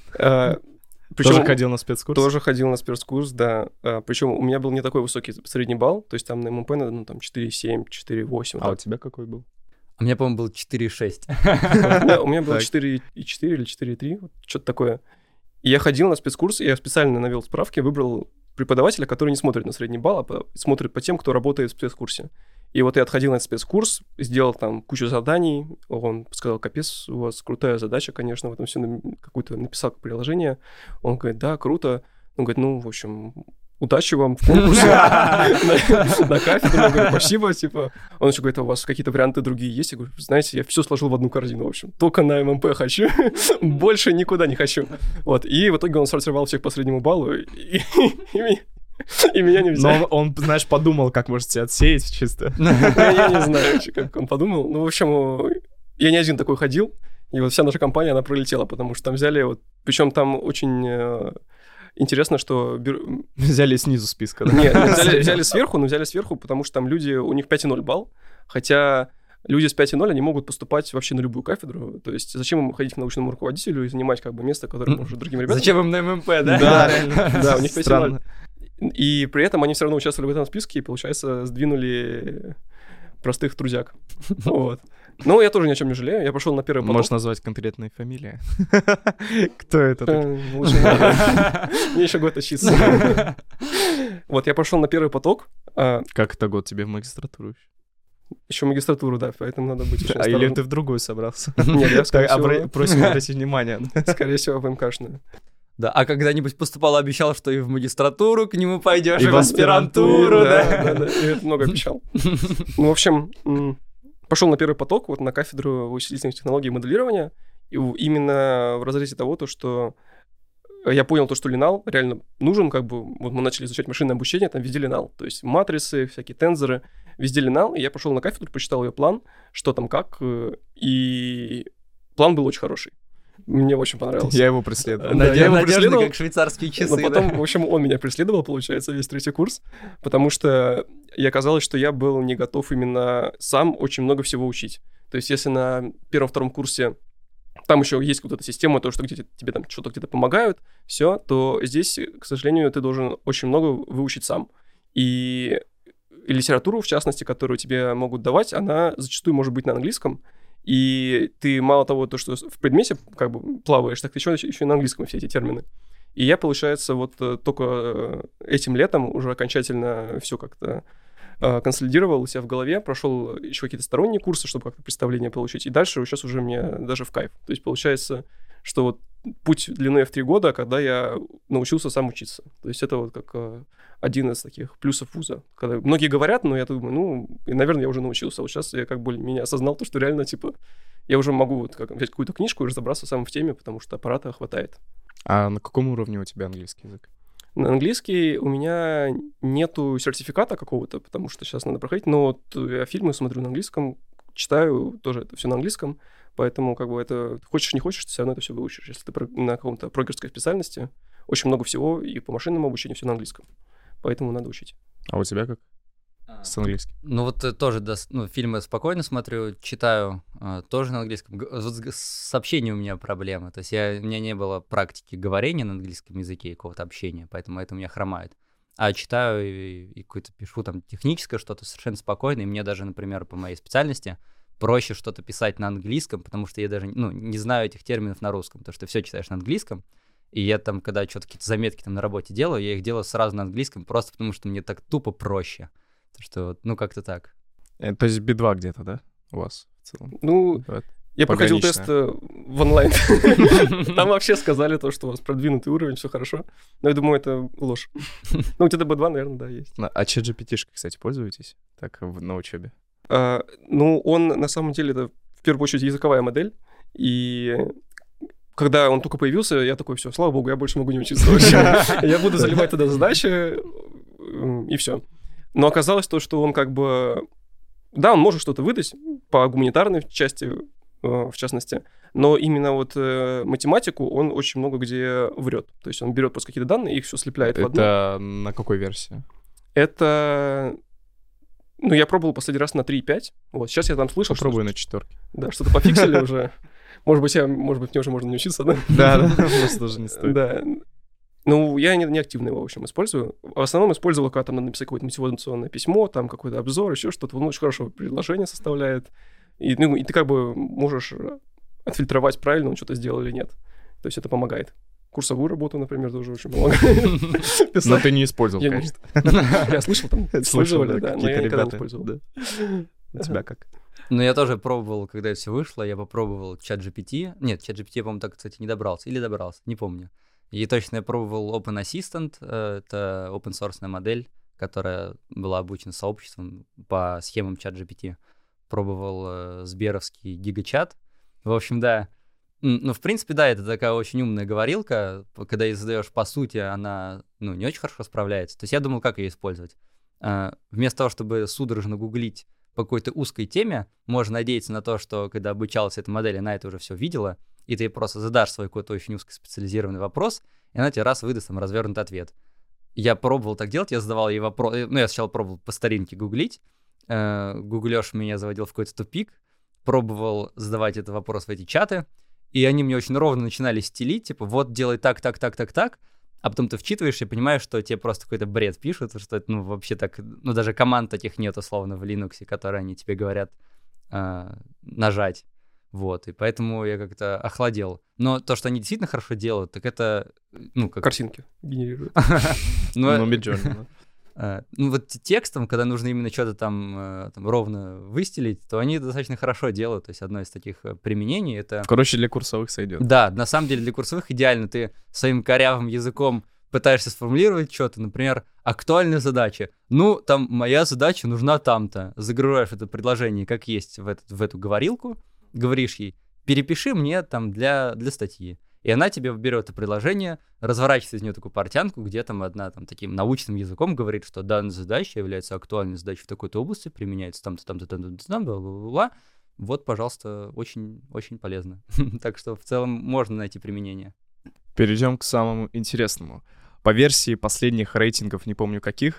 Причем тоже ходил на спецкурс? Тоже ходил на спецкурс, да. А, причем у меня был не такой высокий средний балл, то есть там на эм эм пэ надо, ну, там, четыре семь, четыре восемь. А так. У тебя какой был? У меня, по-моему, был четыре шесть. У меня было четыре четыре или четыре три, что-то такое. И я ходил на спецкурс, и я специально навел справки, выбрал преподавателя, который не смотрит на средний балл, а смотрит по тем, кто работает в спецкурсе. И вот я отходил на этот спецкурс, сделал там кучу заданий, он сказал: капец, у вас крутая задача, конечно, в этом все какую-то написал приложение. Он говорит: да, круто. Он говорит: ну, в общем, удачи вам в конкурсе на кафедру. Я говорю: спасибо, типа. Он еще говорит: а у вас какие-то варианты другие есть? Я говорю: знаете, я все сложил в одну корзину, в общем. Только на эм эм пэ хочу, больше никуда не хочу. Вот, и в итоге он сортировал всех по среднему баллу, и И меня не взяли. Но он, он, знаешь, подумал, как может тебя отсеять чисто. Я не знаю, как он подумал. Ну, в общем, я не один такой ходил, и вот вся наша компания, она пролетела, потому что там взяли вот... Причем там очень интересно, что... Взяли снизу списка, да? Нет, взяли, взяли сверху, но взяли сверху, потому что там люди, у них пять и ноль балл, хотя... Люди с пять и ноль, они могут поступать вообще на любую кафедру. То есть зачем им ходить к научному руководителю и занимать как бы место, которое может другим ребятам? Зачем им на эм эм пэ, да? Да, да, у них пять и ноль. И при этом они все равно участвовали в этом списке и, получается, сдвинули простых трудяг. Вот. Ну, я тоже ни о чем не жалею. Я пошел на первый поток. Можешь назвать конкретные фамилии? Кто это? Лучше не надо. Мне еще год учиться. Вот, я пошел на первый поток. Как это год тебе в магистратуру еще? Еще магистратуру, да, поэтому надо быть очень осторожным. А или ты в другую собрался? Нет, я, скорее всего... Просим обратить внимание. Скорее всего, в МКшную. Да, а когда-нибудь поступал, обещал, что и в магистратуру к нему пойдешь, и в аспирантуру, да? Да, да, я это много обещал. Ну, в общем, пошел на первый поток, вот на кафедру вычислительных технологий и моделирования, и именно в разрезе того, то, что я понял то, что линал реально нужен, как бы, вот мы начали изучать машинное обучение, там везде линал, то есть матрицы, всякие тензоры, везде линал, и я пошел на кафедру, почитал ее план, что там как, и план был очень хороший. Мне очень понравился. Я его преследовал. Да, я его преследовал, как швейцарские часы. Но потом, да? в общем, он меня преследовал, получается, весь третий курс, потому что я оказалось, что я был не готов именно сам очень много всего учить. То есть если на первом-втором курсе там еще есть какая-то система, то, что где-то тебе там что-то где-то помогают, все, то здесь, к сожалению, ты должен очень много выучить сам. И литературу, в частности, которую тебе могут давать, она зачастую может быть на английском. И ты мало того, то, что в предмете как бы плаваешь, так ты еще, еще и на английском все эти термины. И я, получается, вот только этим летом уже окончательно все как-то консолидировал у себя в голове, прошел еще какие-то сторонние курсы, чтобы как-то представление получить. И дальше сейчас уже мне даже в кайф. То есть получается, что вот путь длиной в три года, когда я научился сам учиться. То есть это вот как один из таких плюсов вуза. Когда многие говорят, но я думаю, ну, и, наверное, я уже научился. Вот сейчас я как бы меня осознал то, что реально, типа, я уже могу вот как, взять какую-то книжку и разобраться сам в теме, потому что аппарата хватает. А на каком уровне у тебя английский язык? На английский у меня нету сертификата какого-то, потому что сейчас надо проходить, но вот я фильмы смотрю на английском, читаю тоже это все на английском, поэтому как бы это хочешь не хочешь, ты все равно это все выучишь. Если ты на каком-то прогерской специальности, очень много всего, и по машинному обучению все на английском, поэтому надо учить. А у тебя как? С английским? Ну вот тоже да, ну, фильмы спокойно смотрю, читаю э, тоже на английском. Г- вот с сообщением у меня проблемы. То есть я, у меня не было практики говорения на английском языке и какого-то общения, поэтому это у меня хромает. А читаю и, и какое-то пишу там техническое что-то совершенно спокойно. И мне даже, например, по моей специальности проще что-то писать на английском, потому что я даже ну, не знаю этих терминов на русском, потому что ты все читаешь на английском. И я там, когда что-то какие-то заметки там на работе делаю, я их делаю сразу на английском, просто потому что мне так тупо проще. Что, ну, как-то так. Это, то есть би два где-то, да, у вас в целом? Ну, Вот. Я проходил тест в онлайн. Там вообще сказали то, что у вас продвинутый уровень, все хорошо. Но я думаю, это ложь. Ну, где-то би два, наверное, да, есть. А ChatGPT-шкой, кстати, пользуетесь так на учебе? Ну, он на самом деле это в первую очередь языковая модель. И когда он только появился, я такой, все, слава богу, я больше могу не учиться вообще. Я буду заливать туда задачи, и все. Но оказалось то, что он как бы... Да, он может что-то выдать по гуманитарной части, в частности, но именно вот математику он очень много где врет. То есть он берет просто какие-то данные, их все слепляет в одну. Это на какой версии? Это... Ну, я пробовал последний раз на три и пять. Вот, сейчас я там слышал, Попробую что... на четверке. Да, что-то пофиксили уже. Может быть, я, может быть, мне уже можно не учиться, да? Да, да, просто даже не стоит. Да. Ну, я не, не активно его, в общем, использую. В основном использовал, когда там надо написать какое-то мотивационное письмо, там какой-то обзор, еще что-то. Он очень хорошо предложение составляет. И, ну, и ты как бы можешь отфильтровать, правильно он что-то сделал или нет. То есть это помогает. Курсовую работу, например, тоже очень помогает. Но ты не использовал, конечно. Я слышал, там использовали, да, но я никогда не использовал. У тебя как? Ну, я тоже пробовал, когда это все вышло, я попробовал ChatGPT. Нет, ChatGPT, я, по-моему, так, кстати, не добрался. Или добрался, не помню. И точно я пробовал Open Assistant, это open-source модель, которая была обучена сообществом по схемам ChatGPT. Пробовал сберовский гигачат. В общем, да. Ну, в принципе, да, это такая очень умная говорилка. Когда ее задаешь по сути, она ну, не очень хорошо справляется. То есть я думал, как ее использовать. Вместо того, чтобы судорожно гуглить по какой-то узкой теме, можно надеяться на то, что когда обучалась эта модель, она это уже все видела, и ты просто задашь свой какой-то очень узкоспециализированный вопрос, и она тебе раз выдаст там развернутый ответ. Я пробовал так делать, я задавал ей вопрос, ну, я сначала пробовал по старинке гуглить, гуглёж меня заводил в какой-то тупик, пробовал задавать этот вопрос в эти чаты, и они мне очень ровно начинали стелить, типа, вот делай так, так, так, так, так, а потом ты вчитываешься и понимаешь, что тебе просто какой-то бред пишут, что это, ну, вообще так, ну, даже команд таких нет, условно, в Linux, которые они тебе говорят э, нажать, вот, и поэтому я как-то охладел. Но то, что они действительно хорошо делают, так это, ну, как... Картинки генерируют. Ну, Midjourney, Ну, вот текстом, когда нужно именно что-то там, там ровно выстелить, то они достаточно хорошо делают. То есть одно из таких применений — это... Короче, для курсовых сойдет. Да, на самом деле для курсовых идеально. Ты своим корявым языком пытаешься сформулировать что-то, например, актуальная задача. Ну, там, моя задача нужна там-то. Загружаешь это предложение как есть в, этот, в эту говорилку, говоришь ей, перепиши мне там для, для статьи. И она тебе берет это предложение, разворачивает из нее такую портянку, где там одна там таким научным языком говорит, что данная задача является актуальной задачей в такой-то области, применяется там-то, там-то, там-то, там, бла-бла-бла. Вот, пожалуйста, очень, очень полезно. Так что в целом можно найти применение. Перейдем к самому интересному. По версии последних рейтингов, не помню каких,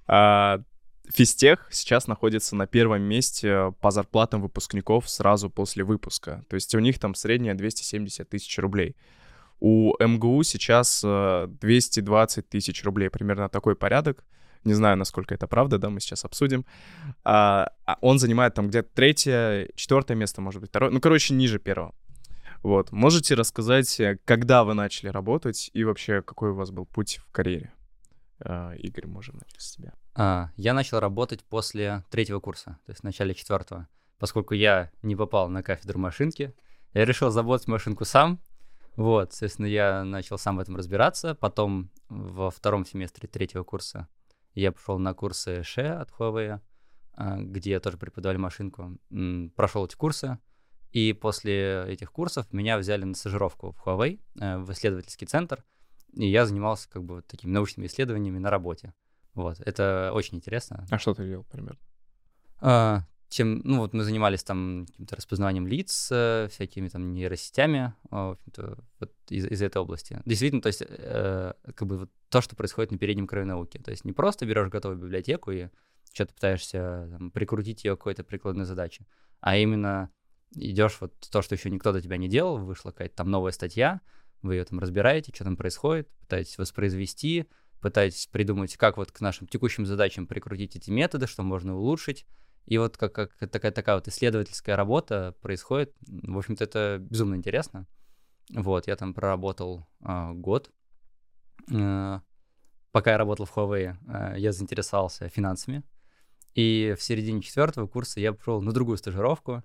Физтех сейчас находится на первом месте по зарплатам выпускников сразу после выпуска. То есть у них там средняя двести семьдесят тысяч рублей. У эм гэ у сейчас двести двадцать тысяч рублей, примерно такой порядок. Не знаю, насколько это правда, да, мы сейчас обсудим. А, а он занимает там где-то третье, четвертое место, может быть, второе. Ну, короче, ниже первого. Вот. Можете рассказать, когда вы начали работать и вообще какой у вас был путь в карьере? А, Игорь, можем начать с тебя. А, я начал работать после третьего курса, то есть в начале четвертого. Поскольку я не попал на кафедру машинки, я решил заботать машинку сам. Вот, соответственно, я начал сам в этом разбираться. Потом во втором семестре третьего курса я пошел на курсы ШЭ от Huawei, где тоже преподавали машинку. Прошел эти курсы, и после этих курсов меня взяли на стажировку в Huawei, в исследовательский центр, и я занимался как бы вот такими научными исследованиями на работе. Вот, это очень интересно. А что ты делал примерно? А, чем, ну вот мы занимались там каким-то распознаванием лиц, всякими там нейросетями, в общем-то, вот из, из этой области. Действительно, то есть э, как бы вот то, что происходит на переднем краю науки. То есть не просто берешь готовую библиотеку и что-то пытаешься там, прикрутить ее к какой-то прикладной задаче, а именно идешь вот то, что еще никто до тебя не делал, вышла какая-то там новая статья, вы ее там разбираете, что там происходит, пытаетесь воспроизвести, пытаетесь придумать, как вот к нашим текущим задачам прикрутить эти методы, что можно улучшить. И вот как, как такая, такая вот исследовательская работа происходит. В общем-то, это безумно интересно. Вот, я там проработал э, год. Э, пока я работал в Huawei, э, я заинтересовался финансами. И в середине четвертого курса я пошел на другую стажировку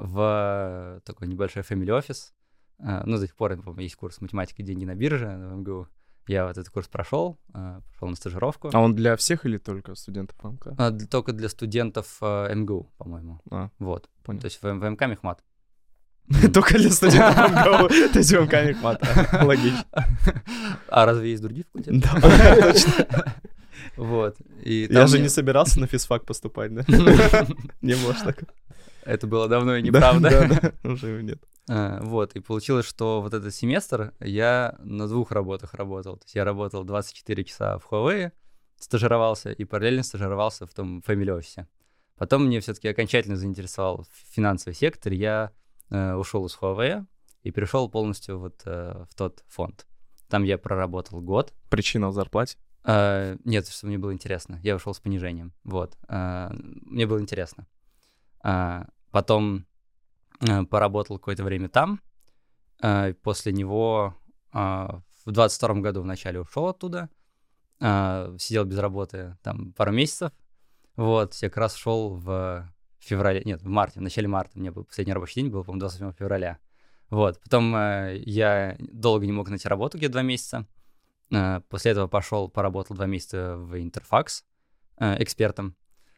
в такой небольшой family office. Э, ну, до сих пор, по-моему, есть курс «Математика. Деньги на бирже» в эм гэ у. Я вот этот курс прошел, э, пошел на стажировку. А он для всех или только студентов эм ка? А, для, только для студентов э, эм гэ у, по-моему. А, вот. понял. То есть в, в эм ка мехмат. Только для студентов эм гэ у, то есть в эм ка мехмат. Логично. А разве есть другие факультеты? Да, точно. Вот. Я же не собирался на физфак поступать, да? Не было ж такого. Это было давно и неправда. Да, да, уже нет. Uh, вот, и получилось, что вот этот семестр я на двух работах работал. То есть я работал двадцать четыре часа в Huawei, стажировался, и параллельно стажировался в том family office. Потом мне все-таки окончательно заинтересовал финансовый сектор, я uh, ушел из Huawei и перешел полностью вот uh, в тот фонд. Там я проработал год. Причина в зарплате? Uh, нет, что мне было интересно. Я ушел с понижением. Вот. Uh, мне было интересно. Uh, потом поработал какое-то время там. После него в двадцать втором году в начале ушел оттуда. Сидел без работы там пару месяцев. Вот, я как раз шел в феврале, нет, в марте, в начале марта. У меня был последний рабочий день, был, по-моему, двадцать восьмого февраля. Вот, потом я долго не мог найти работу, где-то два месяца. После этого пошел, поработал два месяца в Интерфакс экспертом.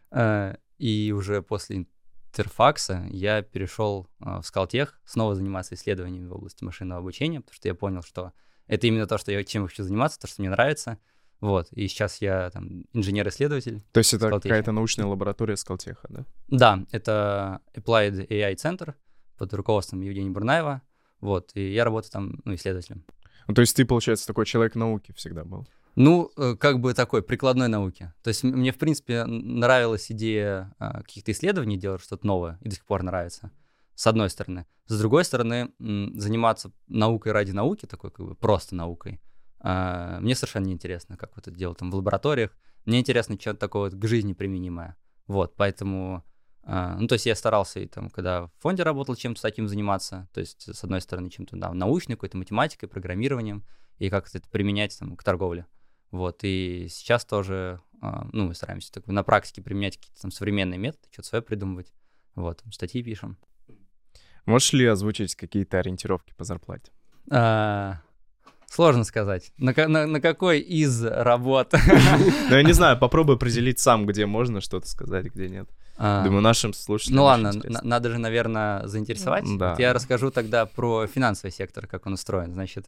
И уже после Интерфакса я перешел э, в Скалтех снова заниматься исследованиями в области машинного обучения, потому что я понял, что это именно то, что я, чем я хочу заниматься, то, что мне нравится. Вот, и сейчас я там инженер-исследователь. То есть это какая-то научная лаборатория Скалтеха, да? Да, это Applied эй ай центр под руководством Евгения Бурнаева. Вот, и я работаю там, ну, исследователем. Ну, то есть ты, получается, такой человек науки всегда был? Ну, как бы такой прикладной науки. То есть мне, в принципе, нравилась идея а, каких-то исследований, делать что-то новое, и до сих пор нравится, с одной стороны. С другой стороны, м, заниматься наукой ради науки, такой как бы просто наукой, а, мне совершенно не интересно, как вот это делать там в лабораториях. Мне интересно что-то такое вот к жизни применимое. Вот, поэтому... А, ну, то есть я старался, и там, когда в фонде работал, чем-то таким заниматься, то есть, с одной стороны, чем-то да, научной, какой-то математикой, программированием, и как-то это применять там, к торговле. Вот, и сейчас тоже, ну, мы стараемся так, на практике применять какие-то там современные методы, что-то свое придумывать. Вот, там, статьи пишем. Можешь ли озвучить какие-то ориентировки по зарплате? А, сложно сказать. На, на, на какой из работ? Ну, я не знаю, попробуй определить сам, где можно что-то сказать, где нет. Думаю, нашим слушателям. Ну ладно, надо же, наверное, заинтересовать. Да. Вот я расскажу тогда про финансовый сектор, как он устроен. Значит,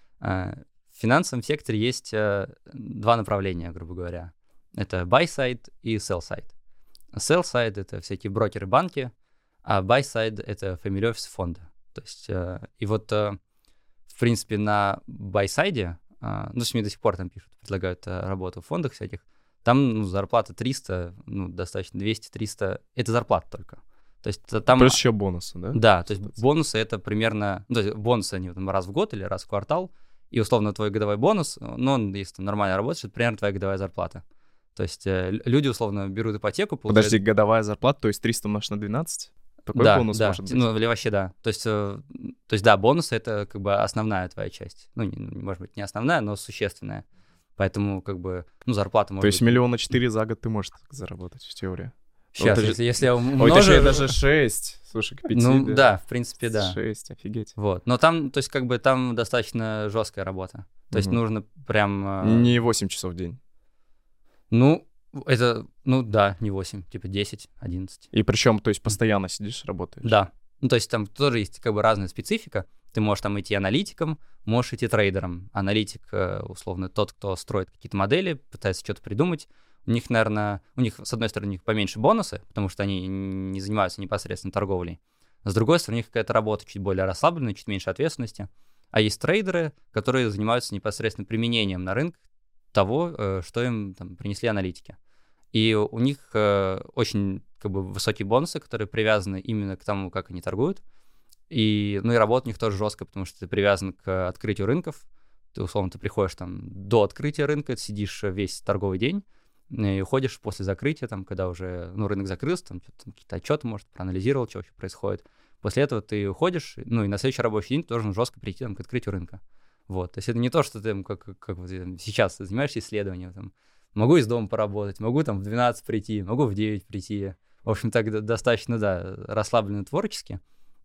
в финансовом секторе есть э, два направления, грубо говоря. Это buy-side и sell-side. Sell-side — это всякие брокеры, банки, а buy-side — это family office фонды. То есть, э, и вот, э, в принципе, на buy-side, э, ну, с ними до сих пор там пишут, предлагают э, работу в фондах всяких, там ну, зарплата триста, ну, достаточно двести-триста, это зарплата только. То есть там... Плюс еще бонусы, да? Да, то есть бонусы — это примерно... Ну, то есть бонусы они там, раз в год или раз в квартал, и условно твой годовой бонус, ну, он, если ты нормально работаешь, это примерно твоя годовая зарплата. То есть э, люди, условно, берут ипотеку, получают... Подожди, годовая зарплата, то есть триста умножить на двенадцать? Такой да, бонус да. может быть? Ну, или вообще, да. То есть, э, то есть, да, бонусы — это как бы основная твоя часть. Ну, не, может быть, не основная, но существенная. Поэтому, как бы, ну, зарплата может То есть быть... миллиона четыре за год ты можешь заработать, в теории? Сейчас, Вот, если, если я Ой, умножу... точнее, даже шесть. Слушай, к пяти, Ну, да. да, в принципе, да. шесть, офигеть. Вот. Но там, то есть, как бы, там достаточно жесткая работа. То есть, Мгм. нужно прям... э, Не восемь часов в день. Ну, это, ну, да, не восемь, типа десять, одиннадцать. И причем, то есть, постоянно сидишь, работаешь? Да. Ну, то есть, там тоже есть, как бы, разная специфика. Ты можешь там идти аналитиком, можешь идти трейдером. Аналитик, э, условно, тот, кто строит какие-то модели, пытается что-то придумать. У них, наверное, у них, с одной стороны, у них поменьше бонусы, потому что они не занимаются непосредственно торговлей. С другой стороны, у них какая-то работа чуть более расслабленная, чуть меньше ответственности. А есть трейдеры, которые занимаются непосредственно применением на рынок того, э, что им там принесли аналитики. И у них э, очень, как бы, высокие бонусы, которые привязаны именно к тому, как они торгуют. И, ну, и работа у них тоже жесткая, потому что ты привязан к открытию рынков. Ты, условно, ты приходишь там до открытия рынка, сидишь весь торговый день, и уходишь после закрытия, там, когда уже, ну, рынок закрылся, там, там какие-то отчеты, может, проанализировал, что вообще происходит. После этого ты уходишь, ну, и на следующий рабочий день ты должен жестко прийти там, к открытию рынка. Вот, то есть это не то, что ты, там, как, как, как вот, там, сейчас занимаешься исследованием, там, могу из дома поработать, могу там в двенадцать прийти, могу в девять прийти. В общем, так до- достаточно, да, расслабленно творчески.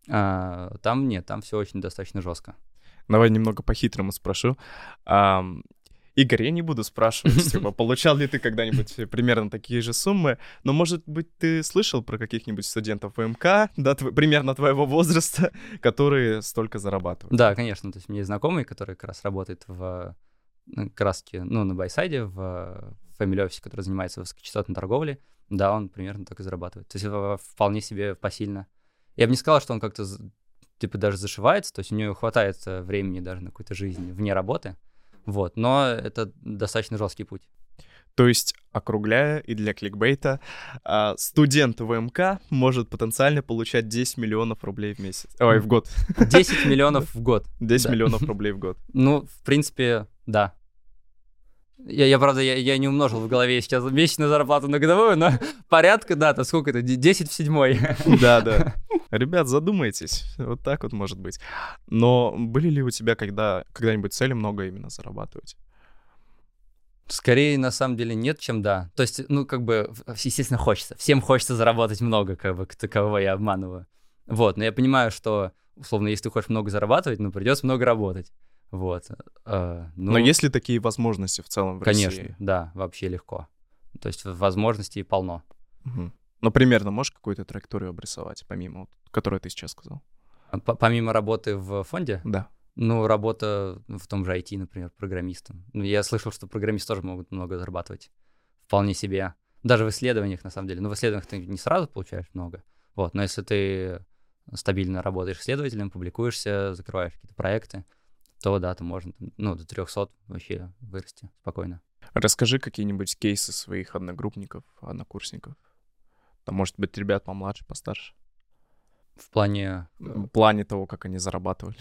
А, там нет, там все очень достаточно жестко. Давай немного по-хитрому спрошу. Ам, Игорь, я не буду спрашивать, типа, получал ли ты когда-нибудь примерно такие же суммы, но, может быть, ты слышал про каких-нибудь студентов ВМК, да, тв- примерно твоего возраста, которые столько зарабатывают? Да, конечно, то есть у меня есть знакомый, который как раз работает в э, как раз таки, ну, на байсайде, в family office, который занимается высокочастотной торговлей. Да, он примерно так и зарабатывает. То есть э, вполне себе посильно. Я бы не сказал, что он как-то, з- типа, даже зашивается, то есть у него хватает э, времени даже на какую-то жизнь вне работы. Вот, но это достаточно жесткий путь. То есть, округляя и для кликбейта, а, студент ВМК может потенциально получать десять миллионов рублей в месяц. Ой, в год. десять миллионов в год. десять Да. миллионов рублей в год. Ну, в принципе, да. Я, я правда, я, я не умножил в голове сейчас месячную зарплату на годовую, но порядка, да, то сколько это, десять в седьмой. Да, да. Ребят, задумайтесь. Вот так вот может быть. Но были ли у тебя когда, когда-нибудь цели много именно зарабатывать? Скорее, на самом деле, нет, чем да. То есть, ну, как бы, в- естественно, хочется. Всем хочется заработать много, как бы, к- кого я обманываю. Вот, но я понимаю, что, условно, если ты хочешь много зарабатывать, ну, придется много работать. Вот. э, ну, Но есть ли такие возможности в целом в конечно, России? да, вообще легко. То есть возможностей полно. Мгм. Ну, примерно можешь какую-то траекторию обрисовать, помимо, вот, которую ты сейчас сказал? А по- Помимо работы в фонде, Да. ну, работа в том же ай ти, например, программистом. Ну, я слышал, что программисты тоже могут много зарабатывать. Вполне себе. Даже в исследованиях, на самом деле. Ну, в исследованиях ты не сразу получаешь много. Вот, но если ты стабильно работаешь исследователем, публикуешься, закрываешь какие-то проекты, то да, то можно, там, ну, до трехсот вообще вырасти спокойно. Расскажи какие-нибудь кейсы своих одногруппников, однокурсников. Там, может быть, ребят помладше, постарше. В плане... В плане того, как они зарабатывали.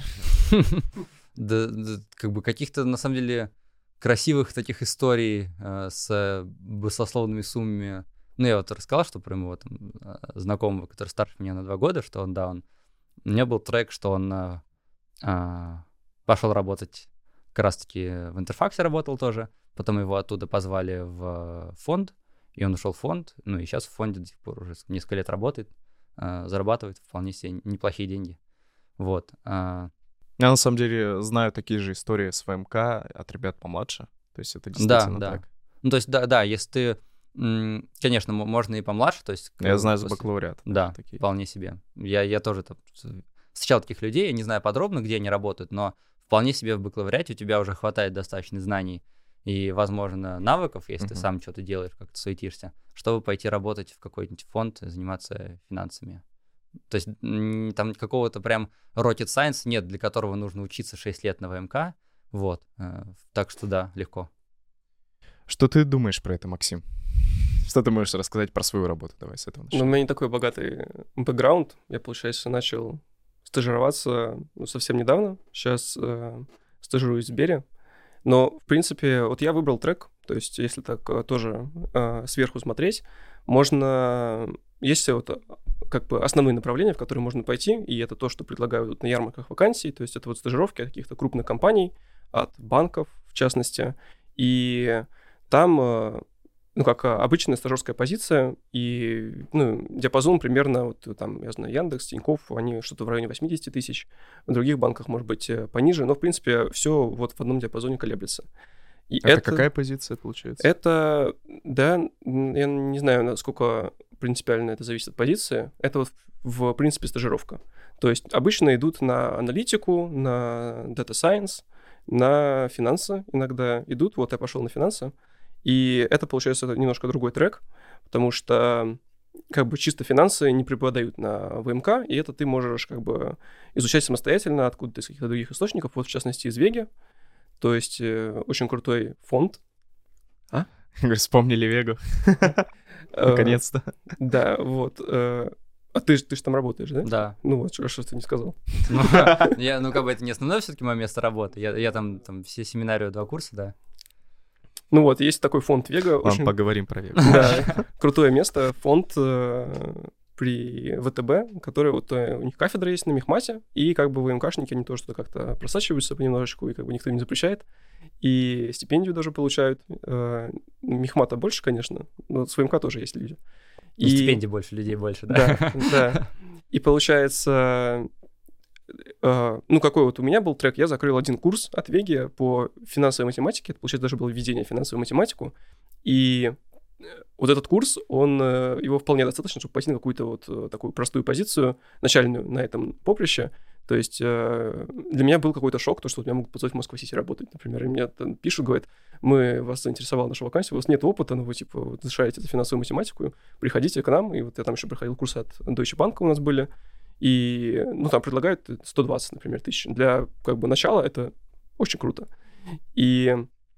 Да, да, как бы каких-то, на самом деле, красивых таких историй э, с баснословными суммами. Ну, я вот рассказал, что про моего там э, знакомого, который старше меня на два года, что он, да, он... У меня был трек, что он э, э, пошел работать, как раз-таки в Интерфаксе работал тоже, потом его оттуда позвали в фонд, и он ушел в фонд, ну, и сейчас в фонде до сих пор уже несколько лет работает, э, зарабатывает вполне себе неплохие деньги. Вот. э, Я, на самом деле, знаю такие же истории с ВМК от ребят помладше. То есть это Да, действительно да. так. Ну, то есть, да, да, если ты, м, конечно, м- можно и помладше, то есть... Я как знаю бы за после- бакалавриат. Да, такие. вполне себе. Я, я тоже там с- встречал таких людей, я не знаю подробно, где они работают, но вполне себе в бакалавриате у тебя уже хватает достаточно знаний и, возможно, навыков, если ты Мгм. сам что-то делаешь, как-то суетишься, чтобы пойти работать в какой-нибудь фонд, заниматься финансами. То есть м, там какого-то прям rocket science нет, для которого нужно учиться шесть лет на ВМК. Вот. э, Так что да, легко. Что ты думаешь про это, Максим? Что ты можешь рассказать про свою работу? Давай с этого Ну, у начнем. меня не такой богатый бэкграунд. Я, получается, начал стажироваться ну, совсем недавно. Сейчас э, стажируюсь в Сбере. Но, в принципе, вот я выбрал трек То есть, если так э, тоже э, сверху смотреть, можно... Есть вот как бы основные направления, в которые можно пойти, и это то, что предлагают вот на ярмарках вакансий, то есть это вот стажировки от каких-то крупных компаний, от банков, в частности, и там, э, ну, как обычная стажерская позиция, и, ну, диапазон примерно, вот там, я знаю, Яндекс, Тинькофф, они что-то в районе восемьдесят тысяч, в других банках, может быть, пониже, но, в принципе, все вот в одном диапазоне колеблется. И это, это какая позиция получается? Это, да, я не знаю, насколько принципиально это зависит от позиции. Это вот, в принципе, стажировка. То есть обычно идут на аналитику, на data science, на финансы иногда идут. Вот я пошел на финансы. И это, получается, немножко другой трек, потому что как бы чисто финансы не преподают на ВМК, и это ты можешь как бы изучать самостоятельно откуда-то из каких-то других источников, вот в частности из Веги. То есть э, очень крутой фонд. А? Вспомнили Вегу. Наконец-то. Да, вот. А ты же там работаешь, да? Да. Ну вот, что ты не сказал. Ну, я, ну, как бы это не основное все-таки мое место работы. Я, я там, там все семинары, два курса, да. Ну вот, есть такой фонд Вега. Ладно, очень... поговорим про Вегу. Да, крутое место. Фонд э, при ВТБ, который вот э, у них кафедра есть на Мехмате, и как бы ВМКшники, они тоже как-то просачиваются понемножечку, и как бы никто не запрещает. И стипендию даже получают. Э, Мехмата больше, конечно, но с ВМК тоже есть люди. И, и стипендий больше, людей больше, да? Да, да. И получается... Uh, ну, какой вот у меня был трек, я закрыл один курс от Веги по финансовой математике, это, получается, даже было введение в финансовую математику, и вот этот курс, он, его вполне достаточно, чтобы пойти на какую-то вот такую простую позицию, начальную на этом поприще, то есть uh, для меня был какой-то шок, то, что вот меня могут позвать в Москва-Сити работать, например, и мне там пишут, говорят, мы, вас заинтересовала наша вакансия, у вас нет опыта, но вы, типа, вот, решаете финансовую математику, приходите к нам, и вот я там еще проходил курсы от Deutsche Bank у нас были. И, ну, там предлагают сто двадцать, например, тысяч. Для, как бы, начала это очень круто. И...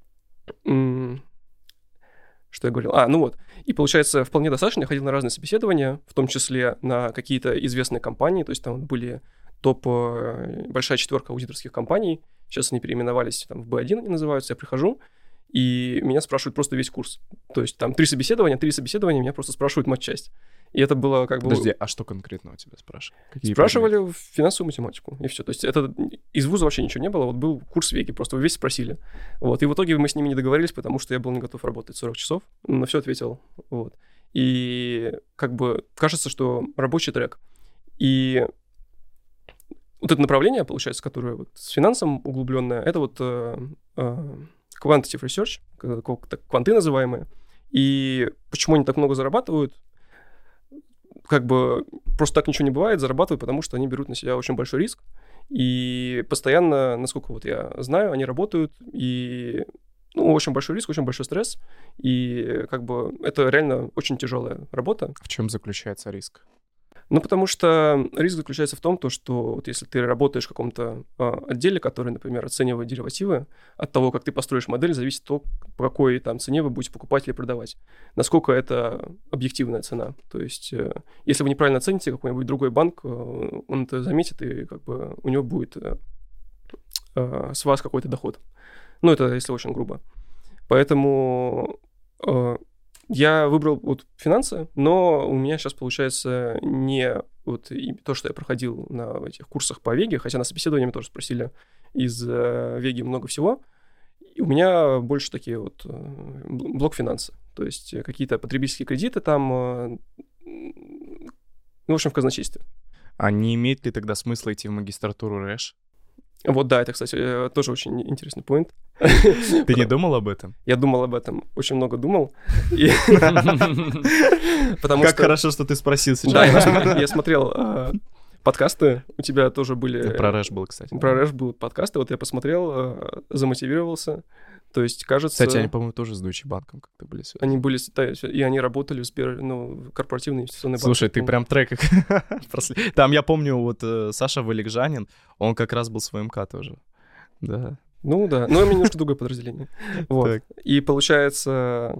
М- что я говорил? А, ну вот. И, получается, вполне достаточно. Я ходил на разные собеседования, в том числе на какие-то известные компании. То есть там были топ... Большая четверка аудиторских компаний. Сейчас они переименовались, там, в би один они называются. Я прихожу, и меня спрашивают просто весь курс. То есть там три собеседования, три собеседования, меня просто спрашивают матчасть. И это было как бы... Подожди, а что конкретно у тебя спрашивали? Какие спрашивали предметы? Финансовую математику, и все. То есть это из вуза вообще ничего не было, вот был курс Веги, просто весь спросили. Вот, и в итоге мы с ними не договорились, потому что я был не готов работать сорок часов, на все ответил, вот. И как бы кажется, что рабочий трек. И вот это направление, получается, которое вот с финансом углубленное, это вот э, э, quantitative research, кванты называемые. И почему они так много зарабатывают? Как бы просто так ничего не бывает, зарабатывают, потому что они берут на себя очень большой риск. И постоянно, насколько вот я знаю, они работают, и, ну, очень большой риск, очень большой стресс. И как бы это реально очень тяжелая работа. В чем заключается риск? Ну, потому что риск заключается в том, то, что вот если ты работаешь в каком-то а, отделе, который, например, оценивает деривативы, от того, как ты построишь модель, зависит то, по какой там цене вы будете покупать или продавать. Насколько это объективная цена. То есть, э, если вы неправильно оцените какой-нибудь другой банк, э, он это заметит, и как бы у него будет э, э, с вас какой-то доход. Ну, это если очень грубо. Поэтому... Э, Я выбрал вот финансы, но у меня сейчас получается не вот то, что я проходил на этих курсах по Веге, хотя на собеседовании меня тоже спросили из э, Веги много всего. И у меня больше такие вот э, блок финансы, то есть какие-то потребительские кредиты там, э, ну, в общем, в казначействе. А не имеет ли тогда смысла идти в магистратуру РЭШ? Вот, да, это, кстати, тоже очень интересный поинт. Ты не думал об этом? Я думал об этом, очень много думал. Как хорошо, что ты спросил сейчас. Да, я смотрел подкасты, у тебя тоже были... Про РЭШ был, кстати. Про РЭШ был подкасты, вот я посмотрел, замотивировался. То есть, кажется... Кстати, они, по-моему, тоже с Deutsche Bank как-то были связаны. Они были, и они работали в Сбер, ну, корпоративный инвестиционный банк. Слушай, ты прям трек... Там, я помню, вот Саша Валикжанин, он как раз был с ВМК тоже. Да. Ну да, но у меня немножко другое подразделение. Вот. И получается...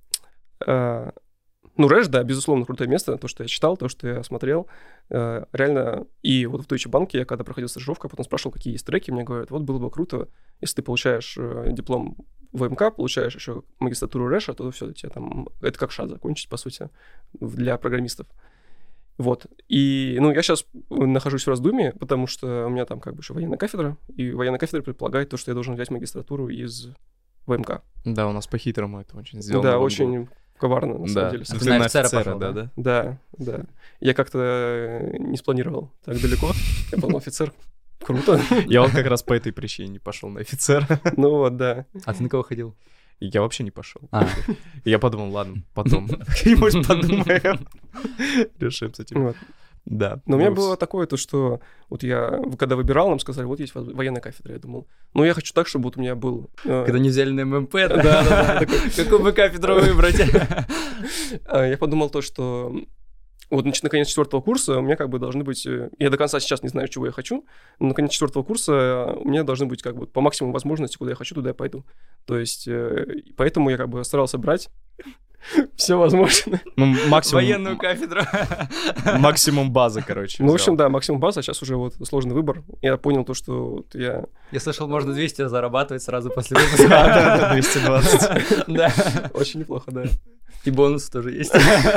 Ну, РЭШ, да, безусловно, крутое место, то, что я читал, то, что я смотрел, э, реально, и вот в Deutsche Bank я когда проходил стажировку, потом спрашивал, какие есть треки, мне говорят, вот было бы круто, если ты получаешь э, диплом ВМК, получаешь еще магистратуру РЭШа, то все, тебе там, это как ШАТ закончить, по сути, для программистов. Вот. И, ну, я сейчас нахожусь в раздумье, потому что у меня там как бы еще военная кафедра, и военная кафедра предполагает то, что я должен взять магистратуру из ВМК. Да, у нас по-хитрому это очень сделано. Да, очень коварно, на да. самом деле. А ты на офицера пошел, да, да? Да, да. Я как-то не спланировал так далеко. Я был офицер. Круто. Я вот как раз по этой причине не пошел на офицера. Ну вот, да. А ты на кого ходил? Я вообще не пошел. А. Я подумал, ладно, потом. Может, подумаем. Решим с этим. Вот. Да. Но у меня было такое, то, что вот я, когда выбирал, нам сказали, вот есть военная кафедра. Я думал, ну я хочу так, чтобы вот у меня был... э, Когда не взяли на ММП, Да, да, да. какую бы кафедру выбрать? А, Я подумал то, что вот нач- наконец четвертого курса у меня как бы должны быть... э, Я до конца сейчас не знаю, чего я хочу, но наконец четвертого курса у меня должны быть как бы по максимуму возможности, куда я хочу, туда я пойду. То есть э, и поэтому я как бы старался брать все возможное. Ну, максимум... Военную кафедру. Максимум базы, короче. Ну, в общем, взял. да, максимум база, сейчас уже вот сложный выбор. Я понял то, что вот я... Я слышал, можно двести зарабатывать сразу после выпуска. Да, да, да, двести двадцать. Да. Очень неплохо, да. И бонусы тоже есть.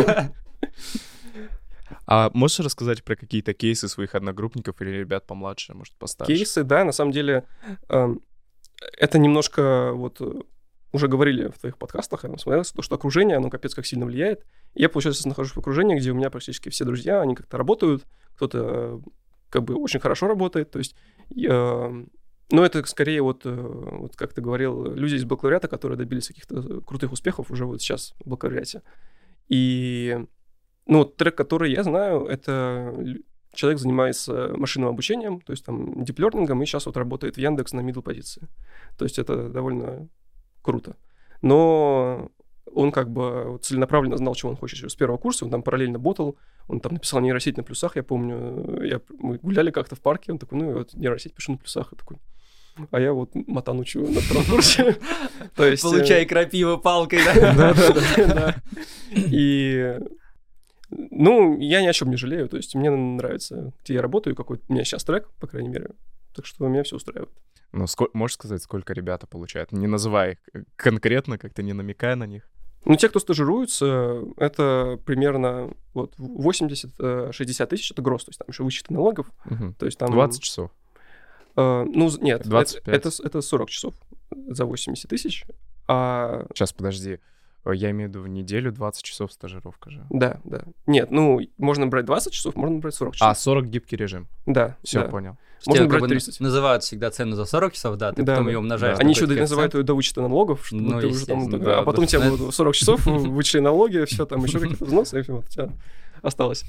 А можешь рассказать про какие-то кейсы своих одногруппников или ребят помладше, может, постарше? Кейсы, да, на самом деле, эм, это немножко вот э, уже говорили в твоих подкастах, я там смотрел, то, что окружение, оно капец как сильно влияет. Я, получается, нахожусь в окружении, где у меня практически все друзья, они как-то работают, кто-то э, как бы очень хорошо работает, то есть... э, но это скорее вот, э, вот, как ты говорил, люди из бакалавриата, которые добились каких-то крутых успехов уже вот сейчас в бакалавриате. И, ну, вот трек, который я знаю, это л- человек занимается машинным обучением, то есть там диплернингом, и сейчас вот работает в Яндекс на middle позиции. То есть это довольно круто. Но он как бы вот целенаправленно знал, чего он хочет еще с первого курса, он там параллельно ботал, он там написал нейросеть на плюсах, я помню, я, мы гуляли как-то в парке, он такой, ну, вот нейросеть пишу на плюсах, я такой, а я вот матан учу на втором курсе. То есть... Получай крапива палкой, да? Да-да-да. И... Ну, я ни о чем не жалею, то есть мне нравится, где я работаю, какой у меня сейчас трек, по крайней мере, так что меня все устраивает. Ну, ско- можешь сказать, сколько ребята получают? Не называй их конкретно, как-то не намекая на них. Ну, те, кто стажируется, это примерно вот восемьдесят-шестьдесят тысяч, это гроз, то есть там еще вычеты налогов, Мгм. то есть там... двадцать часов. э, ну, з- нет, двадцать это, пять. это, это сорок часов за восемьдесят тысяч, а... Сейчас, подожди. Я имею в виду в неделю двадцать часов стажировка же. Да, да. Нет, ну, можно брать двадцать часов, можно брать сорок часов. А, сорок гибкий режим. Да, Все, да. понял. Можно Тебе брать как бы тридцать. называют всегда цену за сорок часов, да, ты Да, потом да. ее умножаешь. Да. на Они еще какой-то называют коэффициент. ее до вычета налогов, чтобы Ну, ты уже там, естественно, да, да, а потом да. тебе вот сорок часов вычли налоги, все там еще какие-то взносы, и вот у тебя осталось.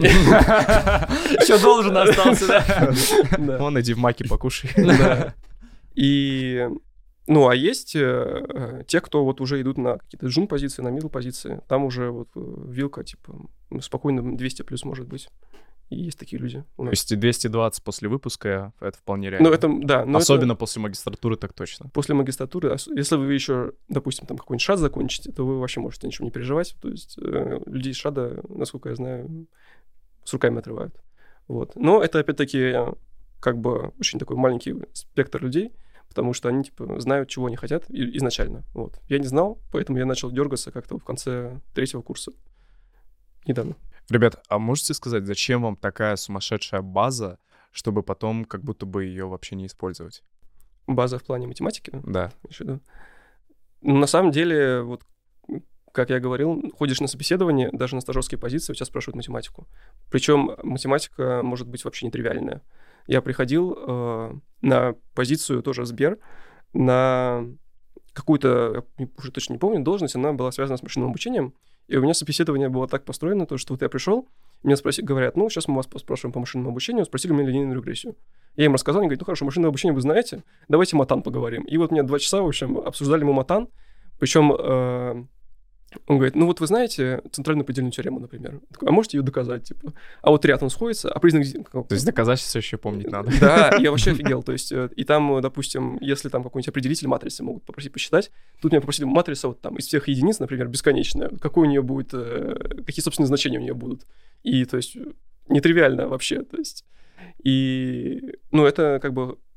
Еще должен остался, да? Да. Вон, иди в маки покушай. Да. И, ну, а есть э, те, кто вот уже идут на какие-то джун-позиции, на мидл-позиции, там уже вот э, вилка, типа, спокойно двести плюс может быть. И есть такие люди у То нас. есть двести двадцать после выпуска, это вполне реально. Ну, это, да. но это Особенно после магистратуры, так точно. после магистратуры, ос- если вы еще, допустим, там какой-нибудь ШАД закончите, то вы вообще можете ничего не переживать. То есть э, людей из ШАДа, насколько я знаю, с руками отрывают. Вот. Но это, опять-таки, э, как бы очень такой маленький спектр людей, потому что они, типа, знают, чего они хотят и- изначально. Вот. Я не знал, поэтому я начал дергаться как-то в конце третьего курса. Недавно. Ребят, а можете сказать, зачем вам такая сумасшедшая база, чтобы потом как будто бы ее вообще не использовать? База в плане математики. Да. имеешь в виду? Ну, на самом деле, вот, как я говорил, ходишь на собеседование, даже на стажерские позиции, у тебя спрашивают математику. Причем математика может быть вообще нетривиальная. Я приходил э, на позицию тоже в Сбер, на какую-то, я уже точно не помню, должность, она была связана с машинным обучением, и у меня собеседование было так построено, то, что вот я пришел, меня спроси, говорят, ну, сейчас мы вас спрашиваем по машинному обучению, спросили у меня линейную регрессию. Я им рассказал, они говорят, ну, хорошо, машинное обучение вы знаете, давайте матан поговорим. И вот меня два часа, в общем, обсуждали мы матан, причем э, он говорит, ну, вот вы знаете центральную предельную теорему, например. Я такой, а можете ее доказать, типа? А вот ряд он сходится, а признак... То есть доказательства еще помнить надо. Да, я вообще офигел. То есть, э, и там, допустим, если там какой-нибудь определитель матрицы могут попросить посчитать, тут меня попросили матрица вот там из всех единиц, например, бесконечная. Какой у нее будет, э, какие, собственно, значения у нее будут. И, то есть, нетривиально вообще, то есть. И, ну, это как бы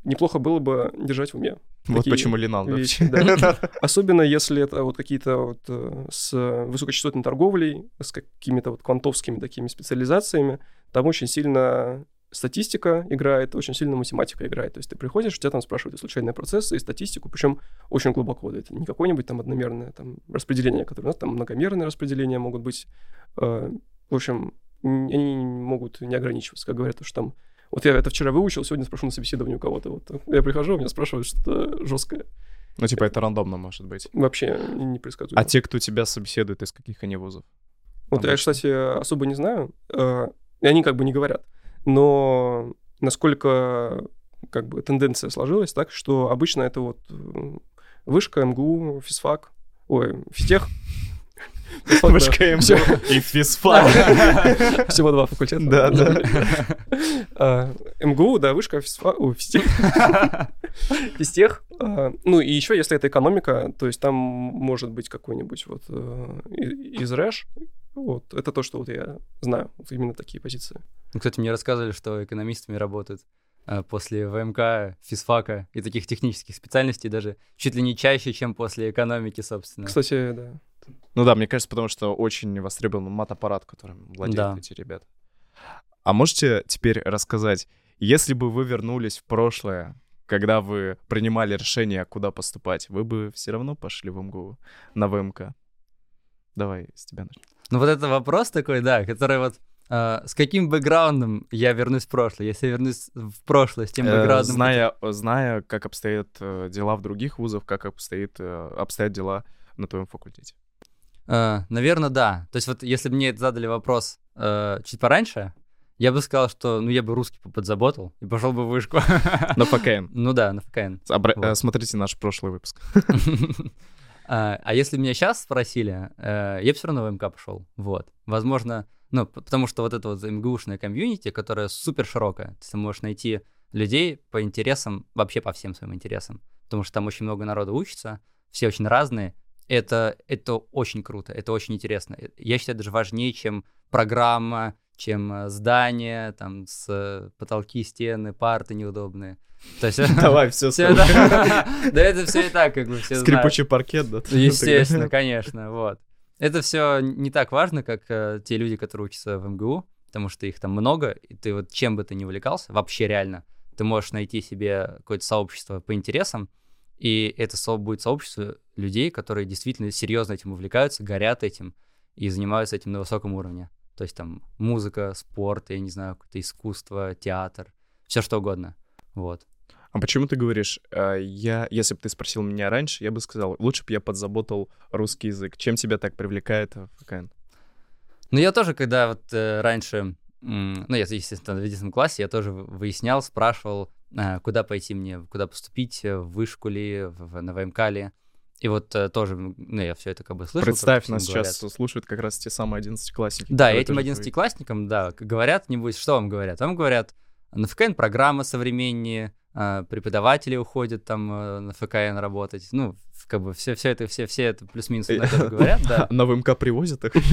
неплохо было бы держать в уме. Вот Такие почему Линан вещи, вообще. да. Особенно если это вот какие-то вот э, с высокочастотной торговлей, с какими-то вот квантовскими такими специализациями, там очень сильно статистика играет, очень сильно математика играет. То есть ты приходишь, тебя там спрашивают и случайные процессы, и статистику, причем очень глубоко. Это не какое-нибудь там одномерное там распределение, которое у нас там многомерные распределения могут быть. Э, в общем, они могут не ограничиваться, как говорят, что там вот я это вчера выучил, сегодня спрошу на собеседовании у кого-то. Вот. Я прихожу, меня спрашивают что-то жесткое. Ну, типа, это рандомно может быть. Вообще непредсказуемо. А те, кто тебя собеседует, из каких они вузов? Вот обычно? Я, кстати, особо не знаю. И они как бы не говорят. Но насколько как бы тенденция сложилась так, что обычно это вот вышка, МГУ, физфак, ой, физтех. Вышка, МГУ и физфак. Всего два факультета. Да, да. МГУ, да, вышка, физфак, ой, физтех. Физтех. Ну и еще, если это экономика, то есть там может быть какой-нибудь вот из РЭШ. Вот, это то, что вот я знаю, вот именно такие позиции. Ну, кстати, мне рассказывали, что экономистами работают а, после ВМК, физфака и таких технических специальностей даже чуть ли не чаще, чем после экономики, собственно. Кстати, да. Ну да, мне кажется, потому что очень востребован мат-аппарат, которым владеют да. эти ребята. А можете теперь рассказать, если бы вы вернулись в прошлое, когда вы принимали решение, куда поступать, вы бы все равно пошли в МГУ на ВМК? Давай с тебя начнем. Ну вот это вопрос такой, да, который вот э, с каким бэкграундом я вернусь в прошлое? Если я вернусь в прошлое с тем бэкграундом... Э, зная, зная, как обстоят э, дела в других вузах, как обстоит, э, обстоят дела на твоем факультете. Э, наверное, да. То есть вот если бы мне задали вопрос э, чуть пораньше, я бы сказал, что ну я бы русский подзаботал и пошел бы в вышку. На ФКН. Ну да, на ФКН. Смотрите наш прошлый выпуск. А, а если меня сейчас спросили, э, я бы все равно в МК пошел. Вот. Возможно, ну, потому что вот это вот МГУшная комьюнити, которая супер широкая, то есть ты можешь найти людей по интересам, вообще по всем своим интересам, потому что там очень много народу учится, все очень разные. Это, это очень круто, это очень интересно. Я считаю, даже важнее, чем программа, чем здание, там, с потолки, стены, парты неудобные. То есть, давай, все, все да, да, это все и так, как бы все скрипучий паркет, да? Естественно, конечно, вот. Это все не так важно, как э, те люди, которые учатся в МГУ, потому что их там много, и ты вот чем бы ты ни увлекался, вообще реально, ты можешь найти себе какое-то сообщество по интересам, и это со- будет сообщество людей, которые действительно серьезно этим увлекаются, горят этим и занимаются этим на высоком уровне. То есть там музыка, спорт, я не знаю, какое-то искусство, театр, все что угодно, вот. А почему ты говоришь, я, если бы ты спросил меня раньше, я бы сказал, лучше бы я подзаботал русский язык. Чем тебя так привлекает ФКН? Ну, я тоже, когда вот э, раньше, м, ну, я, естественно, в одиннадцатом классе, я тоже выяснял, спрашивал, э, куда пойти мне, куда поступить, в вышку ли, в, на ВМК ли. И вот э, тоже, ну, я все это как бы слышал. Представь, нас сейчас слушают как раз те самые одиннадцатиклассники. Да, этим одиннадцатиклассникам, да, говорят, небось, что вам говорят? Вам говорят, на ФКН программа современнее, преподаватели уходят там на ФКН работать, ну, как бы все, все это, все, все это плюс-минус на это говорят, да. На ВМК привозят их?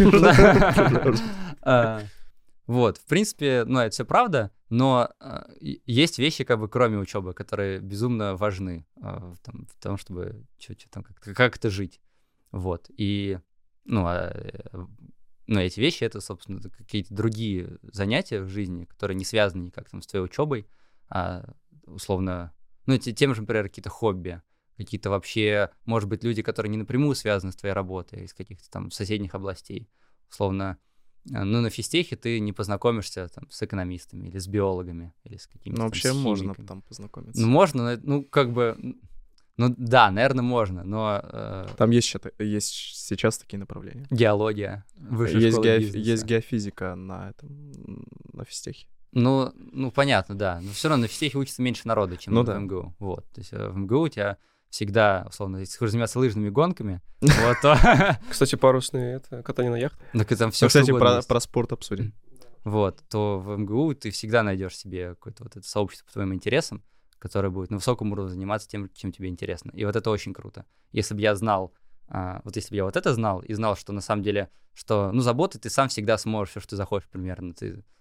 Вот, в принципе, ну, это все правда, но есть вещи, как бы, кроме учебы, которые безумно важны в том, чтобы там как-то жить, вот, и, ну, ну, эти вещи, это, собственно, какие-то другие занятия в жизни, которые не связаны никак там с твоей учебой, а условно, ну, тем же, например, какие-то хобби, какие-то вообще, может быть, люди, которые не напрямую связаны с твоей работой, из каких-то там соседних областей. Условно, ну, на физтехе ты не познакомишься там с экономистами или с биологами, или с какими-то Ну, вообще там, можно там познакомиться. Ну, можно, ну, как бы, ну, да, наверное, можно, но... Э, там есть, есть сейчас такие направления. Геология, высшая есть школа ге- бизнеса. Есть геофизика на этом, на физтехе. Ну, ну, понятно, да. Но все равно на физтехе учится меньше народа, чем ну, в да. МГУ. Вот. То есть в МГУ у тебя всегда, условно, если ты хочешь заниматься лыжными гонками, вот, то... Кстати, парусные, это катание на яхтах. Так и там все, что угодно есть. Кстати, про спорт обсудим. Вот, то в МГУ ты всегда найдешь себе какое-то вот это сообщество по твоим интересам, которое будет на высоком уровне заниматься тем, чем тебе интересно. И вот это очень круто. Если бы я знал, а, вот если бы я вот это знал, и знал, что на самом деле, что, ну, заботы ты сам всегда сможешь, все, что ты захочешь примерно. Ты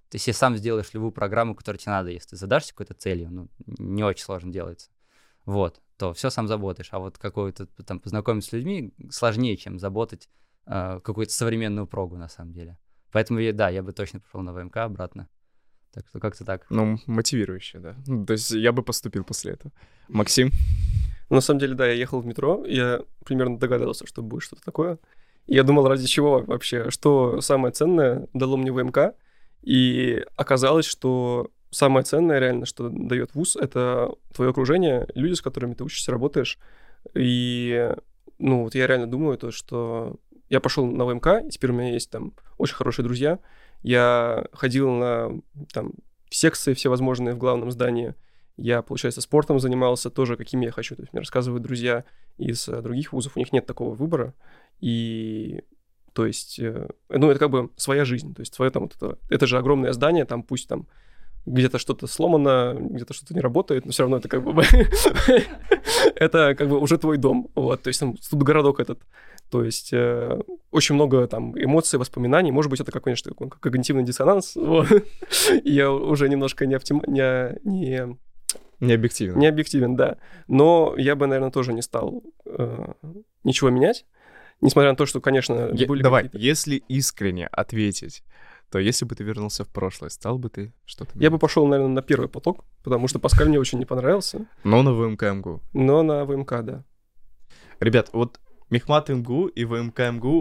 То есть, если сам сделаешь любую программу, которую тебе надо, если ты задашься какой-то целью, ну, не очень сложно делается, вот, то все сам заботаешь. А вот какой-то там познакомиться с людьми сложнее, чем заботать э, какую-то современную прогу, на самом деле. Поэтому, я, да, я бы точно пошел на ВМК обратно. Так что как-то так. Ну, мотивирующе, да. Ну, то есть я бы поступил после этого. Максим? На самом деле, да, я ехал в метро, я примерно догадался, что будет что-то такое. И я думал, ради чего вообще, что самое ценное дало мне ВМК. И оказалось, что самое ценное реально, что дает вуз, это твое окружение, люди, с которыми ты учишься, работаешь. И, ну, вот я реально думаю, то, что я пошел на ВМК, и теперь у меня есть там очень хорошие друзья. Я ходил на там секции всевозможные в главном здании. Я, получается, спортом занимался тоже, какими я хочу. То есть мне рассказывают друзья из других вузов, у них нет такого выбора. И... То есть, ну, это как бы своя жизнь. То есть, свое там, вот это, это же огромное здание, там пусть там где-то что-то сломано, где-то что-то не работает, но все равно это как бы... Это как бы уже твой дом. Вот, то есть, там тут городок этот. То есть, очень много там эмоций, воспоминаний. Может быть, это, конечно, такой когнитивный диссонанс. Я уже немножко не не Не объективен. Не объективен, да. Но я бы, наверное, тоже не стал ничего менять. Несмотря на то, что, конечно, Я, были давай, какие-то... если искренне ответить, то если бы ты вернулся в прошлое, стал бы ты что-то менять? Я бы пошел, наверное, на первый поток, потому что Паскаль мне очень не понравился. Но на ВМК МГУ. Но на ВМК, да. Ребят, вот Мехмат МГУ и ВМК МГУ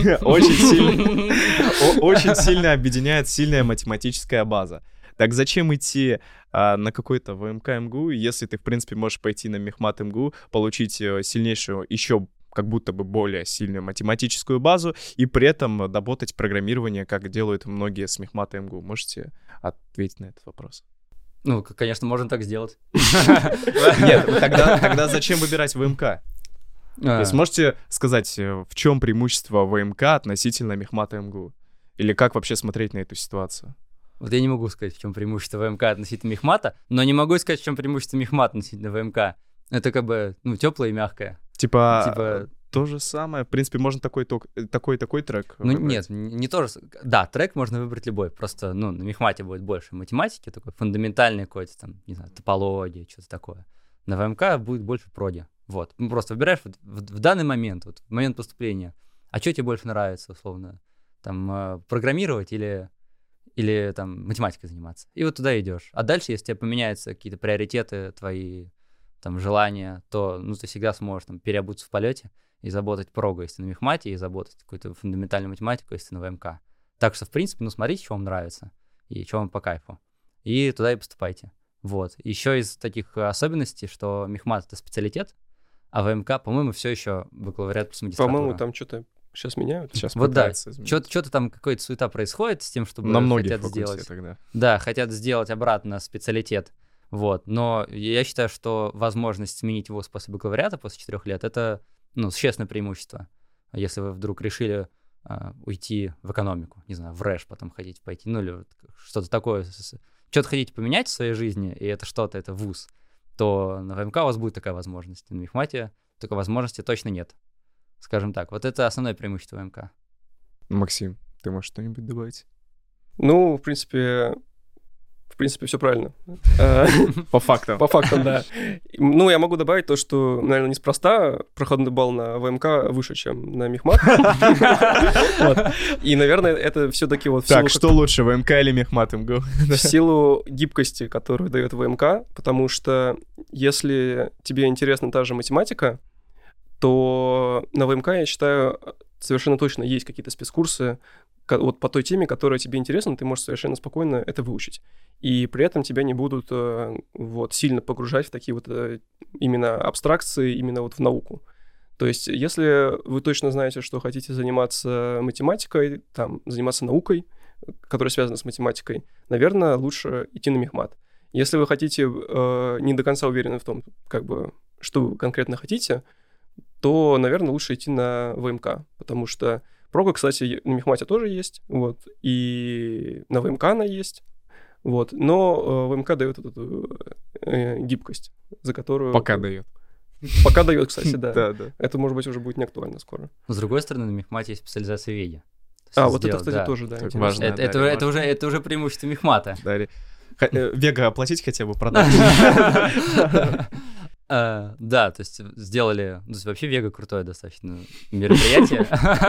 очень сильно объединяет сильная математическая база. Так зачем идти а, на какой-то ВМК МГУ, если ты, в принципе, можешь пойти на Мехмат МГУ, получить сильнейшую, еще как будто бы более сильную математическую базу и при этом доработать программирование, как делают многие с Мехмата МГУ? Можете ответить на этот вопрос? Ну, конечно, можно так сделать. Нет, тогда зачем выбирать ВМК? То есть можете сказать, в чем преимущество ВМК относительно Мехмата МГУ? Или как вообще смотреть на эту ситуацию? Вот я не могу сказать, в чем преимущество ВМК относительно Мехмата, но не могу сказать, в чем преимущество Мехмата относительно ВМК. Это как бы, ну, теплое и мягкое. Типа, типа... то же самое. В принципе, можно такой такой такой трек Ну выбрать. нет, не то же. Да, трек можно выбрать любой. Просто, ну, на Мехмате будет больше математики, такой фундаментальный какой-то там, не знаю, топология, что-то такое. На ВМК будет больше проди. Вот. Ну, просто выбираешь вот в, в данный момент, вот в момент поступления. А что тебе больше нравится, условно? Там э, программировать или, или там математикой заниматься? И вот туда идешь. А дальше, если у тебя поменяются какие-то приоритеты, твои там желания, то, ну, ты всегда сможешь там переобуться в полете и заботать прогу, если на Мехмате, и заботать какую-то фундаментальную математику, если на ВМК. Так что, в принципе, ну, смотрите, что вам нравится и что вам по кайфу. И туда и поступайте. Вот. Еще из таких особенностей, что Мехмат — это специалитет, а ВМК, по-моему, все еще бакалавриат плюс магистратура. По-моему, там что-то сейчас меняют. Сейчас вот да, изменить. что-то там какая-то суета происходит с тем, чтобы на многих хотят сделать. Да. Да, хотят сделать обратно специалитет. Вот. Но я считаю, что возможность сменить вуз после бакалавриата после четырех лет — это, ну, существенное преимущество. Если вы вдруг решили а, уйти в экономику, не знаю, в РЭШ потом хотите пойти, ну или что-то такое, что-то хотите поменять в своей жизни, и это что-то, это вуз, то на ВМК у вас будет такая возможность. На Мехмате такой возможности точно нет. Скажем так, вот это основное преимущество ВМК. Максим, ты можешь что-нибудь добавить? Ну, в принципе, в принципе, все правильно. По фактам. По фактам, да. Ну, я могу добавить то, что, наверное, неспроста проходной балл на ВМК выше, чем на Мехмат. И, наверное, это все-таки вот... Так, что лучше, ВМК или Мехмат МГУ? В силу гибкости, которую дает ВМК, потому что если тебе интересна та же математика, то на ВМК, я считаю, совершенно точно есть какие-то спецкурсы, вот по той теме, которая тебе интересна, ты можешь совершенно спокойно это выучить. И при этом тебя не будут вот, сильно погружать в такие вот именно абстракции, именно вот в науку. То есть если вы точно знаете, что хотите заниматься математикой, там, заниматься наукой, которая связана с математикой, наверное, лучше идти на Мехмат. Если вы хотите, э, не до конца уверены в том, как бы, что вы конкретно хотите, то, наверное, лучше идти на ВМК, потому что прога, кстати, на Мехмате тоже есть, вот, и на ВМК она есть, вот, но э, ВМК дает эту э, гибкость, за которую... Пока дает. Пока дает, кстати, да. Да, да. Это, может быть, уже будет не актуально скоро. С другой стороны, на Мехмате есть специализация Веди. А, вот это, сделать, кстати, да. тоже, да, Так интересно. важно. Это, Да, это, да, это, важно. уже, это уже преимущество мехмата. Да, ре- Х- э, Вега оплатить хотя бы продать? Э, Да, то есть сделали... Ну, то есть вообще Вега крутое достаточно мероприятие.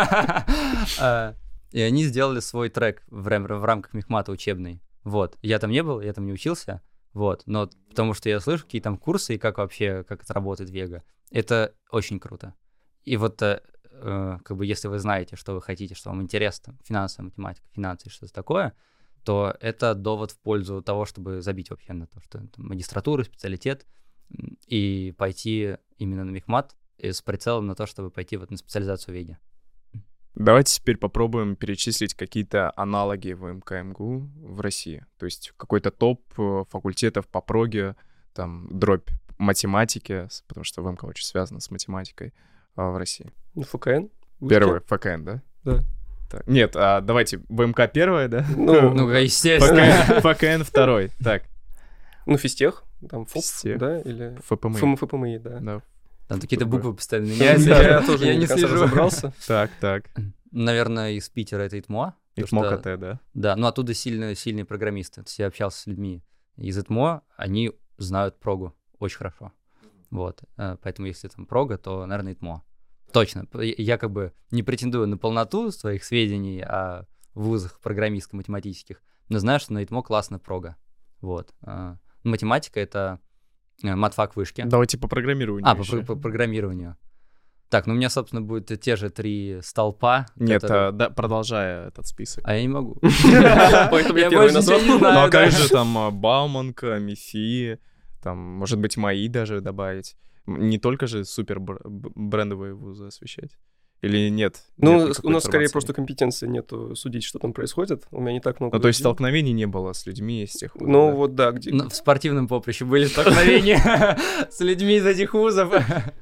Э, И они сделали свой трек в рам- в рамках мехмата учебный. Вот. Я там не был, я там не учился. Вот. Но потому что я слышу, какие там курсы и как вообще, как это работает Вега. Это очень круто. И вот э, э, как бы если вы знаете, что вы хотите, что вам интересно, финансовая математика, финансы и что-то такое, то это довод в пользу того, чтобы забить вообще на то, что это магистратура, специалитет, м, и пойти именно на мехмат и с прицелом на то, чтобы пойти вот на специализацию в Веге. Давайте теперь попробуем перечислить какие-то аналоги в МКМГУ в России. То есть какой-то топ э, факультетов по проге, там, дробь математики, с- потому что ВМК очень связано с математикой а, в России. Ну, ФКН? Вышки? Первый ФКН, да? Да. Так, нет, а давайте ВМК первое, да? Ну, Ну, естественно. ФКН, ФКН второй. Так, ну, физтех, там, ФОП, Физтех. да, или... ФПМИ. ФМ, ФПМИ, да. Да. Там какие-то Другое. буквы постоянно меняются. Да, Я я тоже я не не до конца слежу. разобрался. Так, так. Наверное, из Питера это ИТМО. потому ИТМО что- КТ, да? Да, ну оттуда сильные, сильные программисты. То есть я общался с людьми из ИТМО, они знают прогу очень хорошо. Вот. э, Поэтому если там прога, то, наверное, ИТМО. Точно. П- Я как бы не претендую на полноту своих сведений о вузах программистско-математических, но знаю, что на ИТМО классно прога. Вот. э, Математика — это э, матфак вышки. Давайте по программированию А, по, еще. по- по программированию. Так, ну у меня, собственно, будет те же три столпа. Нет, которые- а, да, продолжая этот список. А я не могу. Поэтому я Я первый больше назвал. ничего не Ну, а знаю. как да. же там а, Бауманка, МИФИ, там, может быть, мои даже добавить? М, Не только же супер бр- б- брендовые вузы освещать? Или нет? Ну, Нет у никакой нас скорее информации? просто компетенции нету судить, что там происходит. У меня не так много Ну, то есть людей. столкновений не было с людьми из тех вузов, Ну, да? вот да, где... Ну, в спортивном поприще были столкновения с людьми из этих вузов.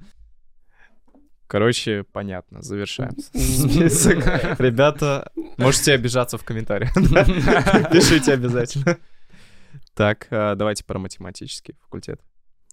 Короче, понятно, завершаем список. Ребята, можете обижаться в комментариях. Пишите обязательно. Так, а, давайте про математический факультет.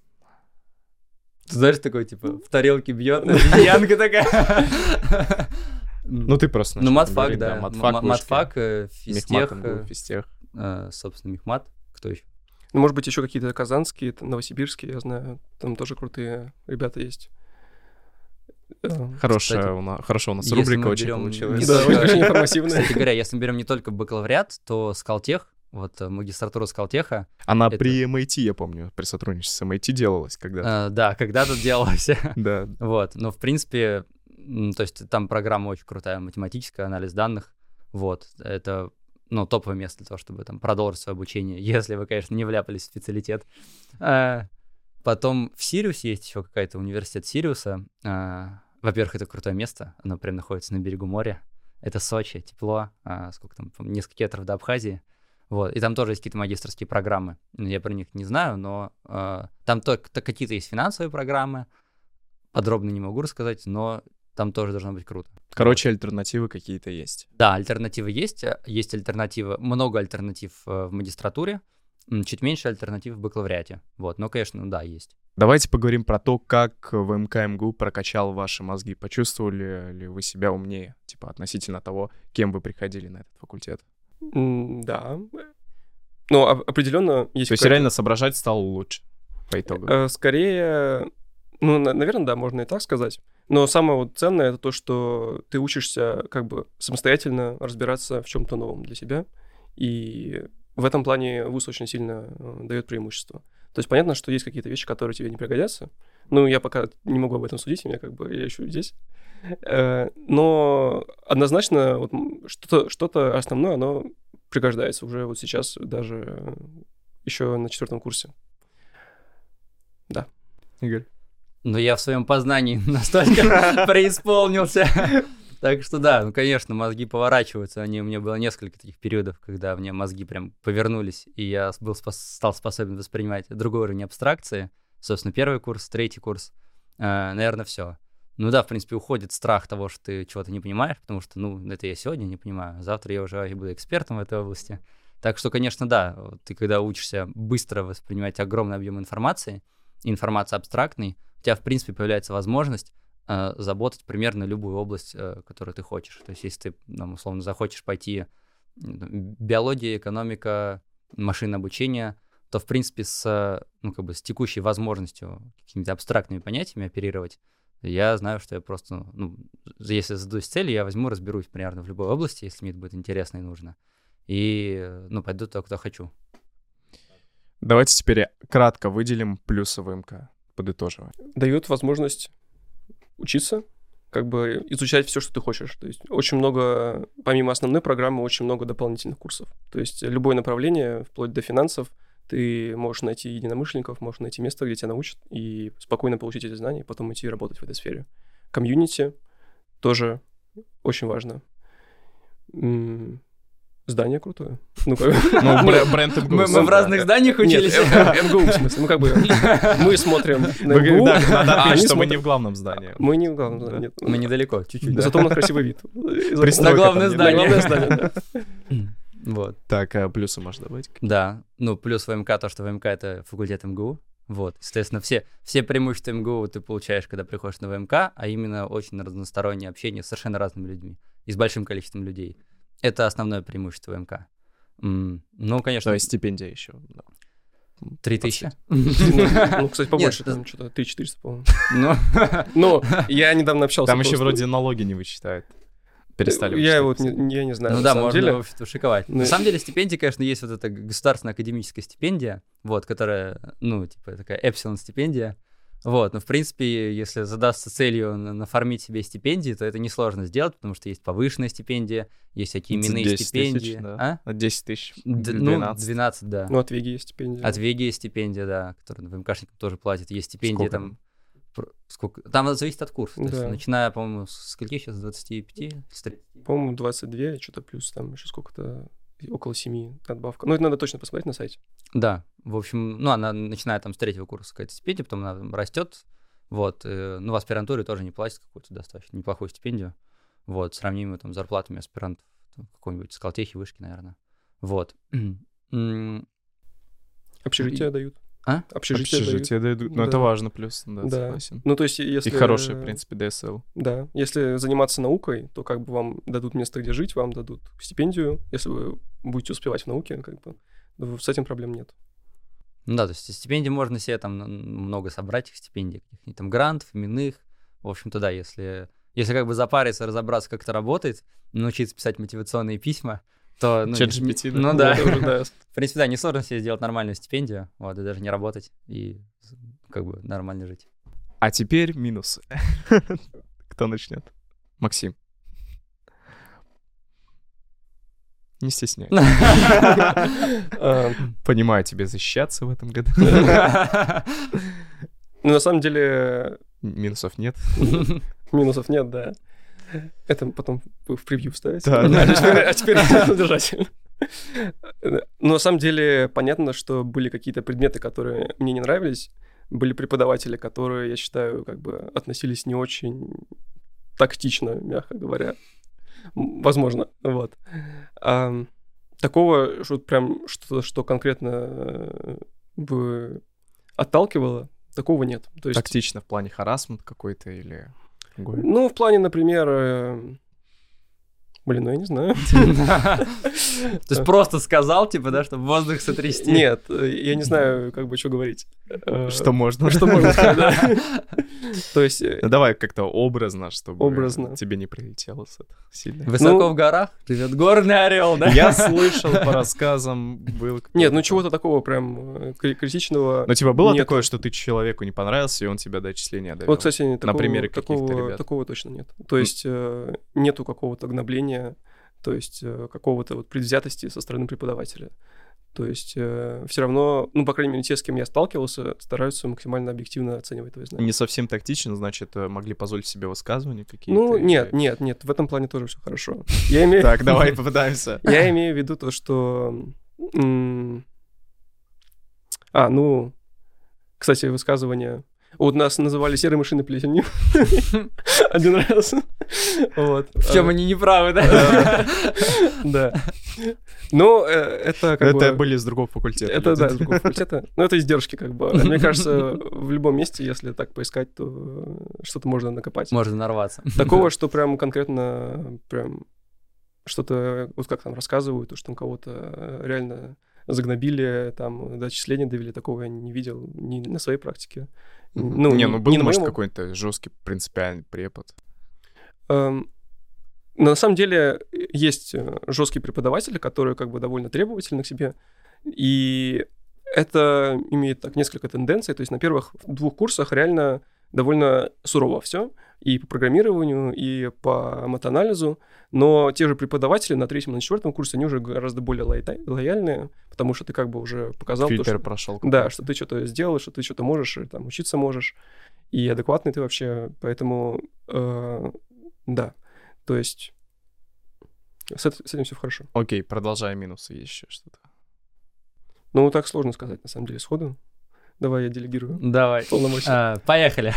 Ты знаешь, такой, типа, в тарелке бьет, обезьянка такая. Ну, ты просто Ну, начал матфак, говорить, да. Матфак, М- вышки. Матфак, э, физтех, Мехмат, МГУ, э, физтех. э, собственно, мехмат. Кто еще? Ну, может быть, еще какие-то казанские, т- новосибирские, я знаю. Там тоже крутые ребята есть. Э, Хорошая Кстати, у нас, хорошо у нас если рубрика мы очень берем получилась. не Да, только- очень информативная. Кстати говоря, если мы берем не только бакалавриат, то Скалтех, вот э, магистратура Скалтеха, Она Это- при эм ай ти, я помню, при сотрудничестве с эм ай ти делалась когда-то. э, да, когда-то делалась. Да. Вот, но в принципе, м, то есть там программа очень крутая, математическая, анализ данных, вот, это, ну, топовое место для того, чтобы там продолжить свое обучение, если вы, конечно, не вляпались в специалитет. А, Потом в Сириусе есть еще какая-то университет Сириуса. А, Во-первых, это крутое место, оно прям находится на берегу моря, это Сочи, тепло, а, сколько там, по-моему, несколько километров до Абхазии. Вот, и там тоже есть какие-то магистерские программы. Ну, я про них не знаю, но э, там только то- какие-то есть финансовые программы. Подробно не могу рассказать, но там тоже должно быть круто. Короче, альтернативы какие-то есть. Да, альтернативы есть. э, Есть альтернативы, много альтернатив э, в магистратуре, м, чуть меньше альтернатив в бакалавриате. Вот, но, конечно, да, есть. Давайте поговорим про то, как ВМК МГУ прокачал ваши мозги. Почувствовали ли вы себя умнее, типа, относительно того, кем вы приходили на этот факультет? М, Да. Ну, о- определенно есть... То есть какая-то- реально соображать стало лучше по итогу? Э, Скорее, ну, наверное, да, можно и так сказать. Но самое вот ценное — это то, что ты учишься как бы самостоятельно разбираться в чем-то новом для себя. И в этом плане вуз очень сильно э, дает преимущество. То есть понятно, что есть какие-то вещи, которые тебе не пригодятся. Ну, я пока не могу об этом судить, у меня как бы я еще здесь. Э, Но однозначно вот м, что-то, что-то основное, оно пригождается уже вот сейчас, даже еще на четвертом курсе. Игорь? Но я в своем познании настолько преисполнился. Так что да, ну, конечно, мозги поворачиваются. Они, у меня было несколько таких периодов, когда у меня мозги прям повернулись, и я был спос- стал способен воспринимать другой уровень абстракции. Собственно, первый курс, третий курс, э, наверное, все. Ну да, в принципе, уходит страх того, что ты чего-то не понимаешь, потому что, ну, это я сегодня не понимаю, завтра я уже буду экспертом в этой области. Так что, конечно, да, вот ты когда учишься быстро воспринимать огромный объем информации, информация абстрактной, у тебя, в принципе, появляется возможность э, заботать примерно любую область, э, которую ты хочешь. То есть если ты, ну, условно, захочешь пойти биология, экономика, машинное обучение, то, в принципе, с, ну, как бы, с текущей возможностью какими-то абстрактными понятиями оперировать, я знаю, что я просто, ну, если задаюсь целью, я возьму, разберусь примерно в любой области, если мне это будет интересно и нужно, и, ну, пойду туда, куда хочу. Давайте теперь кратко выделим плюсы ВМК, подытоживая. Дает возможность учиться, как бы изучать все, что ты хочешь. То есть очень много, помимо основной программы, очень много дополнительных курсов. То есть любое направление, вплоть до финансов, ты можешь найти единомышленников, можешь найти место, где тебя научат, и спокойно получить эти знания, и потом идти работать в этой сфере. Комьюнити тоже очень важно. М- Здание крутое. Ну, как... Ну, бренд МГУ. Мы в разных зданиях учились. Нет, МГУ, в смысле. Ну, как бы мы смотрим на МГУ, Да, надо а отметить, они что мы смотрят... не в главном здании. Мы не в главном здании, нет. Мы недалеко, чуть-чуть. Да. Зато у нас красивый вид. Пристройка На главное там, На здание. главное здание, да. Вот. Так, а плюсы можешь добавить? Да, ну, плюс ВМК, то, что ВМК — это факультет МГУ. Вот, соответственно, все, все преимущества МГУ ты получаешь, когда приходишь на ВМК, а именно очень разностороннее общение с совершенно разными людьми и с большим количеством людей. Это основное преимущество ВМК. Mm, ну, конечно. То есть стипендия еще. Три тысячи? Ну, кстати, побольше, там что-то три четыреста, по-моему. Ну, я недавно общался. Там еще вроде налоги не вычитают. Перестали Я вот я не знаю. Ну да, можно, в общем-то, шиковать. На самом деле стипендия, конечно, есть вот эта государственная академическая стипендия, вот, которая, ну, типа, такая эпсилон-стипендия. Вот, но, в принципе, если задастся целью нафармить себе стипендии, то это несложно сделать, потому что есть повышенная стипендия, есть всякие именные стипендии. Тысяч, да. А? десять тысяч, двенадцать. Ну, двенадцать, да. Ну, от Веги есть стипендия. От Веги есть стипендия, да, которую ВМКшникам тоже платят. Есть стипендия Сколько? там... Сколько? Там зависит от курса. Да. То есть, начиная, по-моему, с скольки сейчас? С двадцати пяти? С тридцати? По-моему, двадцать два, что-то плюс там еще сколько-то... Около семи надбавка. Ну, это надо точно посмотреть на сайте. Да, в общем, ну, она начинает там с третьего курса какая-то стипендия, потом она растет, вот, э, ну, в аспирантуре тоже не платят какую-то достаточно неплохую стипендию, вот, сравнимую там с зарплатами аспирантов какой-нибудь Скалтехи, Вышки, наверное, вот. Общежитие дают. А? Общежитие, Общежитие дают. дают. Ну, да. Это важно, плюс, да, Да. согласен. Ну, то есть, если... И хороший, в принципе, ДСЛ. Да. Если заниматься наукой, то как бы вам дадут место, где жить, вам дадут стипендию. Если вы будете успевать в науке, как бы, с этим проблем нет. Ну да, то есть стипендии можно себе там много собрать, их стипендий, каких-нибудь там грантов, именных. В общем-то, да, если, если как бы запариться, разобраться, как это работает, научиться писать мотивационные письма, то... Ну, Чат джи пи ти, да? Ну да. Уже, да. В принципе, да, несложно себе сделать нормальную стипендию, вот, и даже не работать, и как бы нормально жить. А теперь минусы. Кто начнет? Максим. Не стесняйся. Понимаю, тебе защищаться в этом году. Ну, на самом деле... Минусов нет. Минусов нет, да. Это потом вы в превью вставите. Да. А теперь содержательно. Но на самом деле понятно, что были какие-то предметы, которые мне не нравились. Были преподаватели, которые, я считаю, как бы относились не очень тактично, мягко говоря. Возможно, вот. А, такого, что прям что-то, что конкретно бы отталкивало, такого нет. То есть, тактично в плане харассмент какой-то или... другой? Ну, в плане, например... Э... Блин, ну я не знаю. То есть просто сказал, типа, да, чтобы воздух сотрясти? Нет, я не знаю, как бы, что говорить. Что можно. Что можно сказать, да. То есть... Ну давай как-то образно, чтобы Образно. тебе не прилетело с этого сильно. Высоко в горах живет горный орел, да? Я слышал по рассказам, был... Нет, ну чего-то такого прям критичного... Ну типа было такое, что ты человеку не понравился, и он тебя до отчисления довел? Вот, кстати, на примере каких-то ребят. Такого точно нет. То есть нету какого-то гнобления, то есть э, какого-то вот предвзятости со стороны преподавателя. То есть э, все равно, ну, по крайней мере, те, с кем я сталкивался, стараются максимально объективно оценивать твои знания. Не совсем тактично, значит, могли позволить себе высказывания какие-то? Ну, нет, нет, нет, в этом плане тоже все хорошо. Я имею... Так, давай попытаемся. Я имею в виду то, что... А, ну, кстати, высказывания... Вот нас называли серой мышиной плесенью один раз. Вот. В чем они неправы, да? Да. Ну, э, это как бы... Это были с другого факультета. Это, люди. да, с другого факультета. Ну, это издержки, как бы. Мне кажется, в любом месте, если так поискать, то что-то можно накопать. Можно нарваться. Такого, что прям конкретно, прям что-то, вот как там рассказывают, что там кого-то реально загнобили, там, до отчисления довели, такого я не видел ни на своей практике. Ну, не, ну был, не на может, моем- какой-то жесткий принципиальный препод. Эм, но на самом деле есть э, жесткие преподаватели, которые как бы довольно требовательны к себе, и это имеет так несколько тенденций. То есть на первых двух курсах реально довольно сурово все, и по программированию, и по матанализу, но те же преподаватели на третьем, на четвертом курсе, они уже гораздо более лоя- лояльные, потому что ты как бы уже показал то, Фильтр что... прошел. Да, что ты что-то сделал, что ты что-то можешь, и, там, учиться можешь, и адекватный ты вообще, поэтому, э, да, то есть с, эт- с этим все хорошо. Окей, продолжай минусы, есть еще что-то. Ну, так сложно сказать, на самом деле, сходу. Давай я делегирую Давай. полномочия. А, Поехали.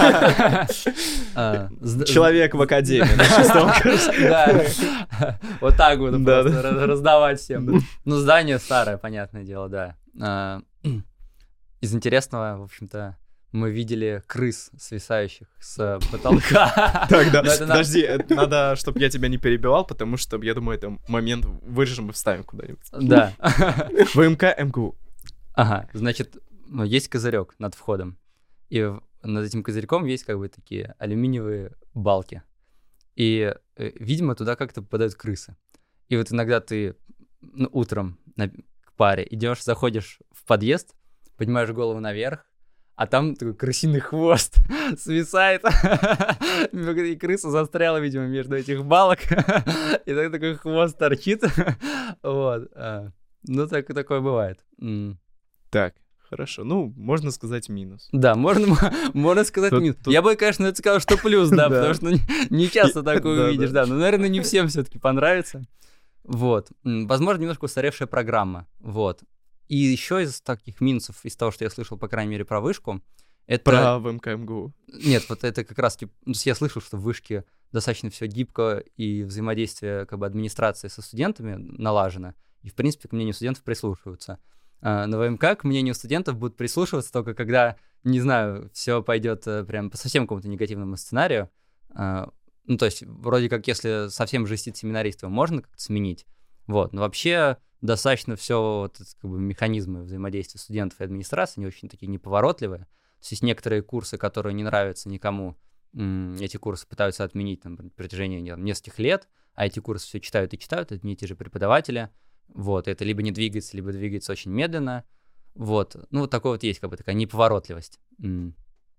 А, с- Человек в академии на шестом курсе. Да. Вот так буду Да, просто раз- раздавать всем. Ну, здание старое, понятное дело, да. А, Из интересного, в общем-то, мы видели крыс, свисающих с потолка. Так, да, Но это на- подожди, это надо, чтобы я тебя не перебивал, потому что, я думаю, это момент вырежем и вставим куда-нибудь. Да. ВМК МГУ. Ага, значит, ну, есть козырек над входом. И в- над этим козырьком есть как бы такие алюминиевые балки. И, э, видимо, туда как-то попадают крысы. И вот иногда ты ну, утром на, к паре идешь, заходишь в подъезд, поднимаешь голову наверх, а там такой крысиный хвост свисает. И крыса застряла, видимо, между этих балок. И так такой хвост торчит. Вот. а, Ну, так, такое бывает. М. Так, хорошо. Ну, можно сказать минус. Да, можно, можно сказать Тут- минус. тут- Я бы, конечно, это сказал, что плюс, да, Да. потому что не, не часто такое Да, увидишь, да. да. Но, наверное, не всем все-таки понравится. Вот. М, Возможно, немножко устаревшая программа. Вот. И еще из таких минусов, из того, что я слышал, по крайней мере, про вышку, это... Про ВМК МГУ. Нет, вот это как раз, типа, ну, я слышал, что в вышке достаточно все гибко, и взаимодействие как бы администрации со студентами налажено, и, в принципе, к мнению студентов прислушиваются. А, на ВМК к мнению студентов будут прислушиваться только когда, не знаю, все пойдет э, прям по совсем какому-то негативному сценарию. А, ну, то есть, вроде как, если совсем жестит семинарист, его можно как-то сменить. Вот, но вообще достаточно все вот, эти, как бы, механизмы взаимодействия студентов и администрации, они очень такие неповоротливые. То есть некоторые курсы, которые не нравятся никому, м, эти курсы пытаются отменить там, на протяжении не, там, нескольких лет, а эти курсы все читают и читают, одни и те же преподаватели. Вот, это либо не двигается, либо двигается очень медленно. Вот, ну вот такой вот есть как бы такая неповоротливость. М.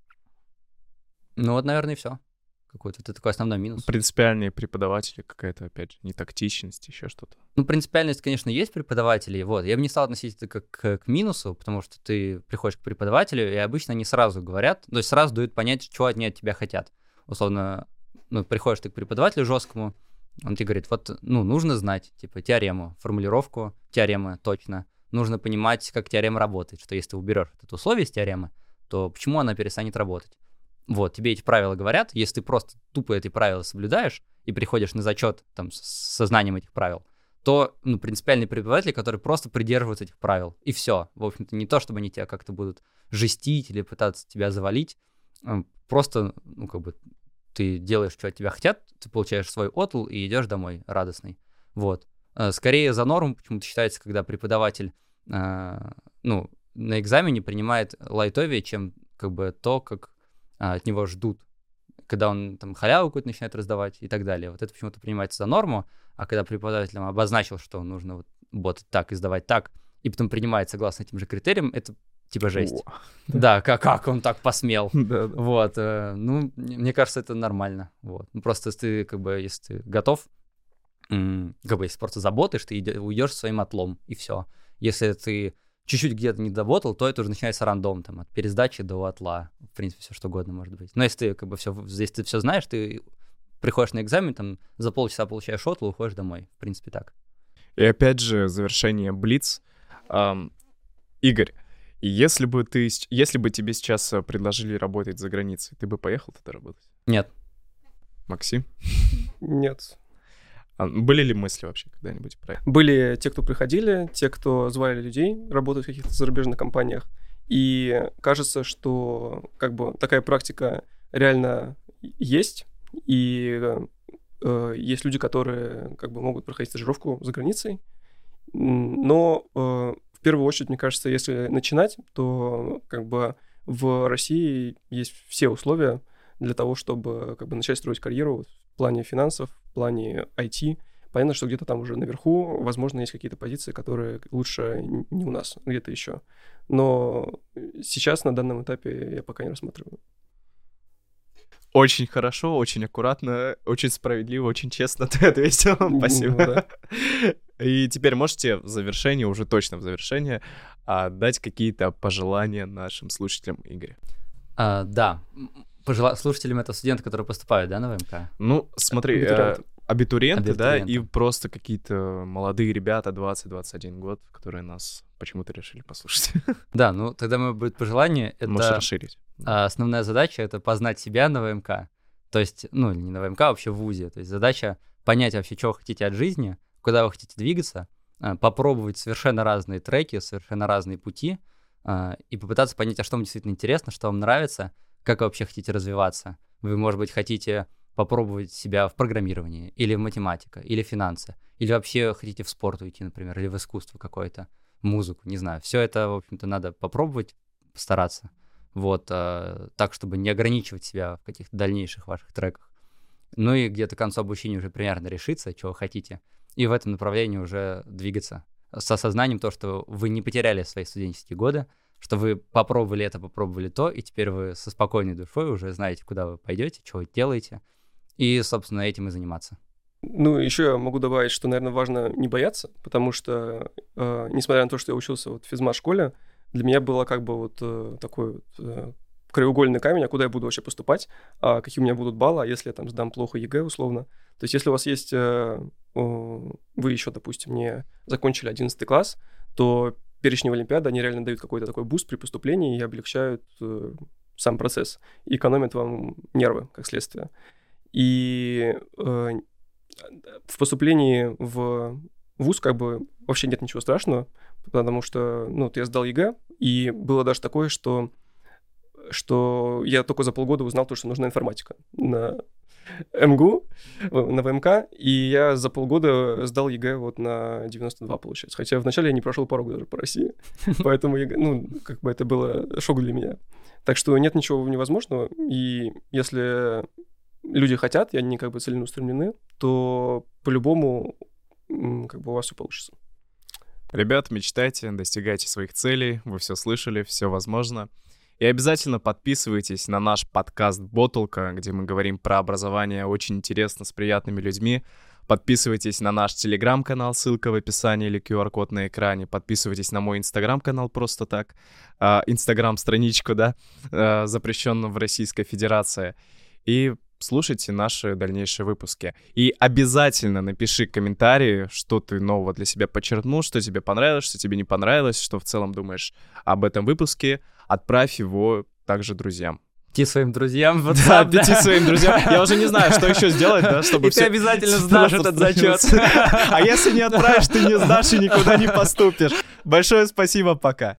Ну вот, наверное, и все. Какой-то это такой основной минус. Принципиальные преподаватели, какая-то, опять же, нетактичность, еще что-то. Ну, принципиальность, конечно, есть преподаватели, вот. Я бы не стал относить это как к, к минусу, потому что ты приходишь к преподавателю, и обычно они сразу говорят, то есть сразу дают понять, что они от тебя хотят. Условно, ну, приходишь ты к преподавателю жесткому, он тебе говорит, вот, ну, нужно знать, типа, теорему, формулировку теоремы точно. Нужно понимать, как теорема работает, что если ты уберешь это условие из теоремы, то почему она перестанет работать? Вот, тебе эти правила говорят, если ты просто тупо эти правила соблюдаешь и приходишь на зачет там, с со знанием этих правил, то, ну, принципиальные преподаватели, которые просто придерживаются этих правил, и все. В общем-то, не то, чтобы они тебя как-то будут жестить или пытаться тебя завалить, просто, ну, как бы, ты делаешь, что от тебя хотят, ты получаешь свой отл и идешь домой радостный. Вот. Скорее за норму почему-то считается, когда преподаватель, ну, на экзамене принимает лайтовее, чем, как бы, то, как от него ждут, когда он там халяву какую-то начинает раздавать и так далее. Вот это почему-то принимается за норму, а когда преподаватель нам обозначил, что нужно вот боты так издавать так, и потом принимает согласно этим же критериям, это типа жесть. О, Да, как, как он так посмел? Да, да. Вот, э, ну, мне кажется, это нормально. Вот. Ну, просто если ты, как бы, если ты готов, м, как бы, если просто заботаешь, ты иде- уйдешь своим отлом, и все. Если ты чуть-чуть где-то не доработал, то это уже начинается рандом, там, от пересдачи до отла, в принципе, все что угодно может быть. Но если ты, как бы, все, если ты все знаешь, ты приходишь на экзамен, там, за полчаса получаешь отл, уходишь домой, в принципе, так. И опять же, завершение Блиц. Ам, Игорь, если бы ты, с- если бы тебе сейчас э, предложили работать за границей, ты бы поехал туда работать? Нет. Максим? Нет. А были ли мысли вообще когда-нибудь про это? Были те, кто приходили, те, кто звали людей работать в каких-то зарубежных компаниях. И кажется, что как бы такая практика реально есть. И э, есть люди, которые как бы могут проходить стажировку за границей. Но э, в первую очередь, мне кажется, если начинать, то как бы в России есть все условия для того, чтобы как бы начать строить карьеру в плане финансов, в плане ай ти. Понятно, что где-то там уже наверху, возможно, есть какие-то позиции, которые лучше не у нас, где-то еще. Но сейчас на данном этапе я пока не рассматриваю. Очень хорошо, очень аккуратно, очень справедливо, очень честно ты ответил. Спасибо. Ну, да. И теперь можете в завершение, уже точно в завершение, дать какие-то пожелания нашим слушателям, Игорь? А, да. Пожела... Слушателям это студенты, которые поступают, да, на ВМК? Ну, смотри, Абитуриенты. э, абитуриенты, да, и Абитуриенты. просто какие-то молодые ребята, двадцать-двадцать один год, которые нас почему-то решили послушать. Да, ну тогда мое будет пожелание. Можешь Это расширить. а, основная задача — это познать себя на ВМК. То есть, ну, не на ВМК, а вообще в ВУЗе. То есть задача понять вообще, чего вы хотите от жизни, куда вы хотите двигаться, а, попробовать совершенно разные треки, совершенно разные пути, а, и попытаться понять, а что вам действительно интересно, что вам нравится, как вы вообще хотите развиваться. Вы, может быть, хотите попробовать себя в программировании, или в математика, или финансы, или вообще хотите в спорт уйти, например, или в искусство какое-то, музыку, не знаю. Все это, в общем-то, надо попробовать, постараться, вот, а, так, чтобы не ограничивать себя в каких-то дальнейших ваших треках. Ну и где-то к концу обучения уже примерно решиться, чего вы хотите, и в этом направлении уже двигаться. С осознанием того, что вы не потеряли свои студенческие годы, что вы попробовали это, попробовали то, и теперь вы со спокойной душой уже знаете, куда вы пойдете, что вы делаете, и, собственно, этим и заниматься. Ну, еще я могу добавить, что, наверное, важно не бояться, потому что, э, несмотря на то, что я учился вот в физмат-школе, для меня было как бы вот э, такой вот, э, краеугольный камень, а куда я буду вообще поступать, а какие у меня будут баллы, а если я там сдам плохо ЕГЭ условно. То есть если у вас есть, э, э, вы еще, допустим, не закончили одиннадцатый класс, то перечни в Олимпиады, они реально дают какой-то такой буст при поступлении и облегчают э, сам процесс, и экономят вам нервы, как следствие. И э, в поступлении в вуз как бы вообще нет ничего страшного, потому что, ну, вот я сдал ЕГЭ, и было даже такое, что, что я только за полгода узнал то, что нужна информатика на МГУ, на ВМК, и я за полгода сдал ЕГЭ вот на девяносто два, получается. Хотя вначале я не прошел порог даже по России, поэтому ЕГЭ, ну, как бы это было шок для меня. Так что нет ничего невозможного, и если люди хотят, и они как бы целеустремлены, то по-любому как бы у вас все получится. Ребят, мечтайте, достигайте своих целей, вы все слышали, все возможно. И обязательно подписывайтесь на наш подкаст «Ботулка», где мы говорим про образование очень интересно, с приятными людьми. Подписывайтесь на наш телеграм-канал, ссылка в описании или ку ар-код на экране. Подписывайтесь на мой инстаграм-канал просто так. А, инстаграм-страничку, да, а, запрещенную в Российской Федерации. И слушайте наши дальнейшие выпуски. И обязательно напиши комментарии, что ты нового для себя подчеркнул, что тебе понравилось, что тебе не понравилось, что в целом думаешь об этом выпуске. Отправь его также друзьям. Пяти своим друзьям. Вот Да, так, пяти своим друзьям. Я уже не знаю, что еще сделать, да, чтобы И все... ты обязательно сдашь этот зачет. А если не отправишь, ты не сдашь и никуда не поступишь. Большое спасибо, пока.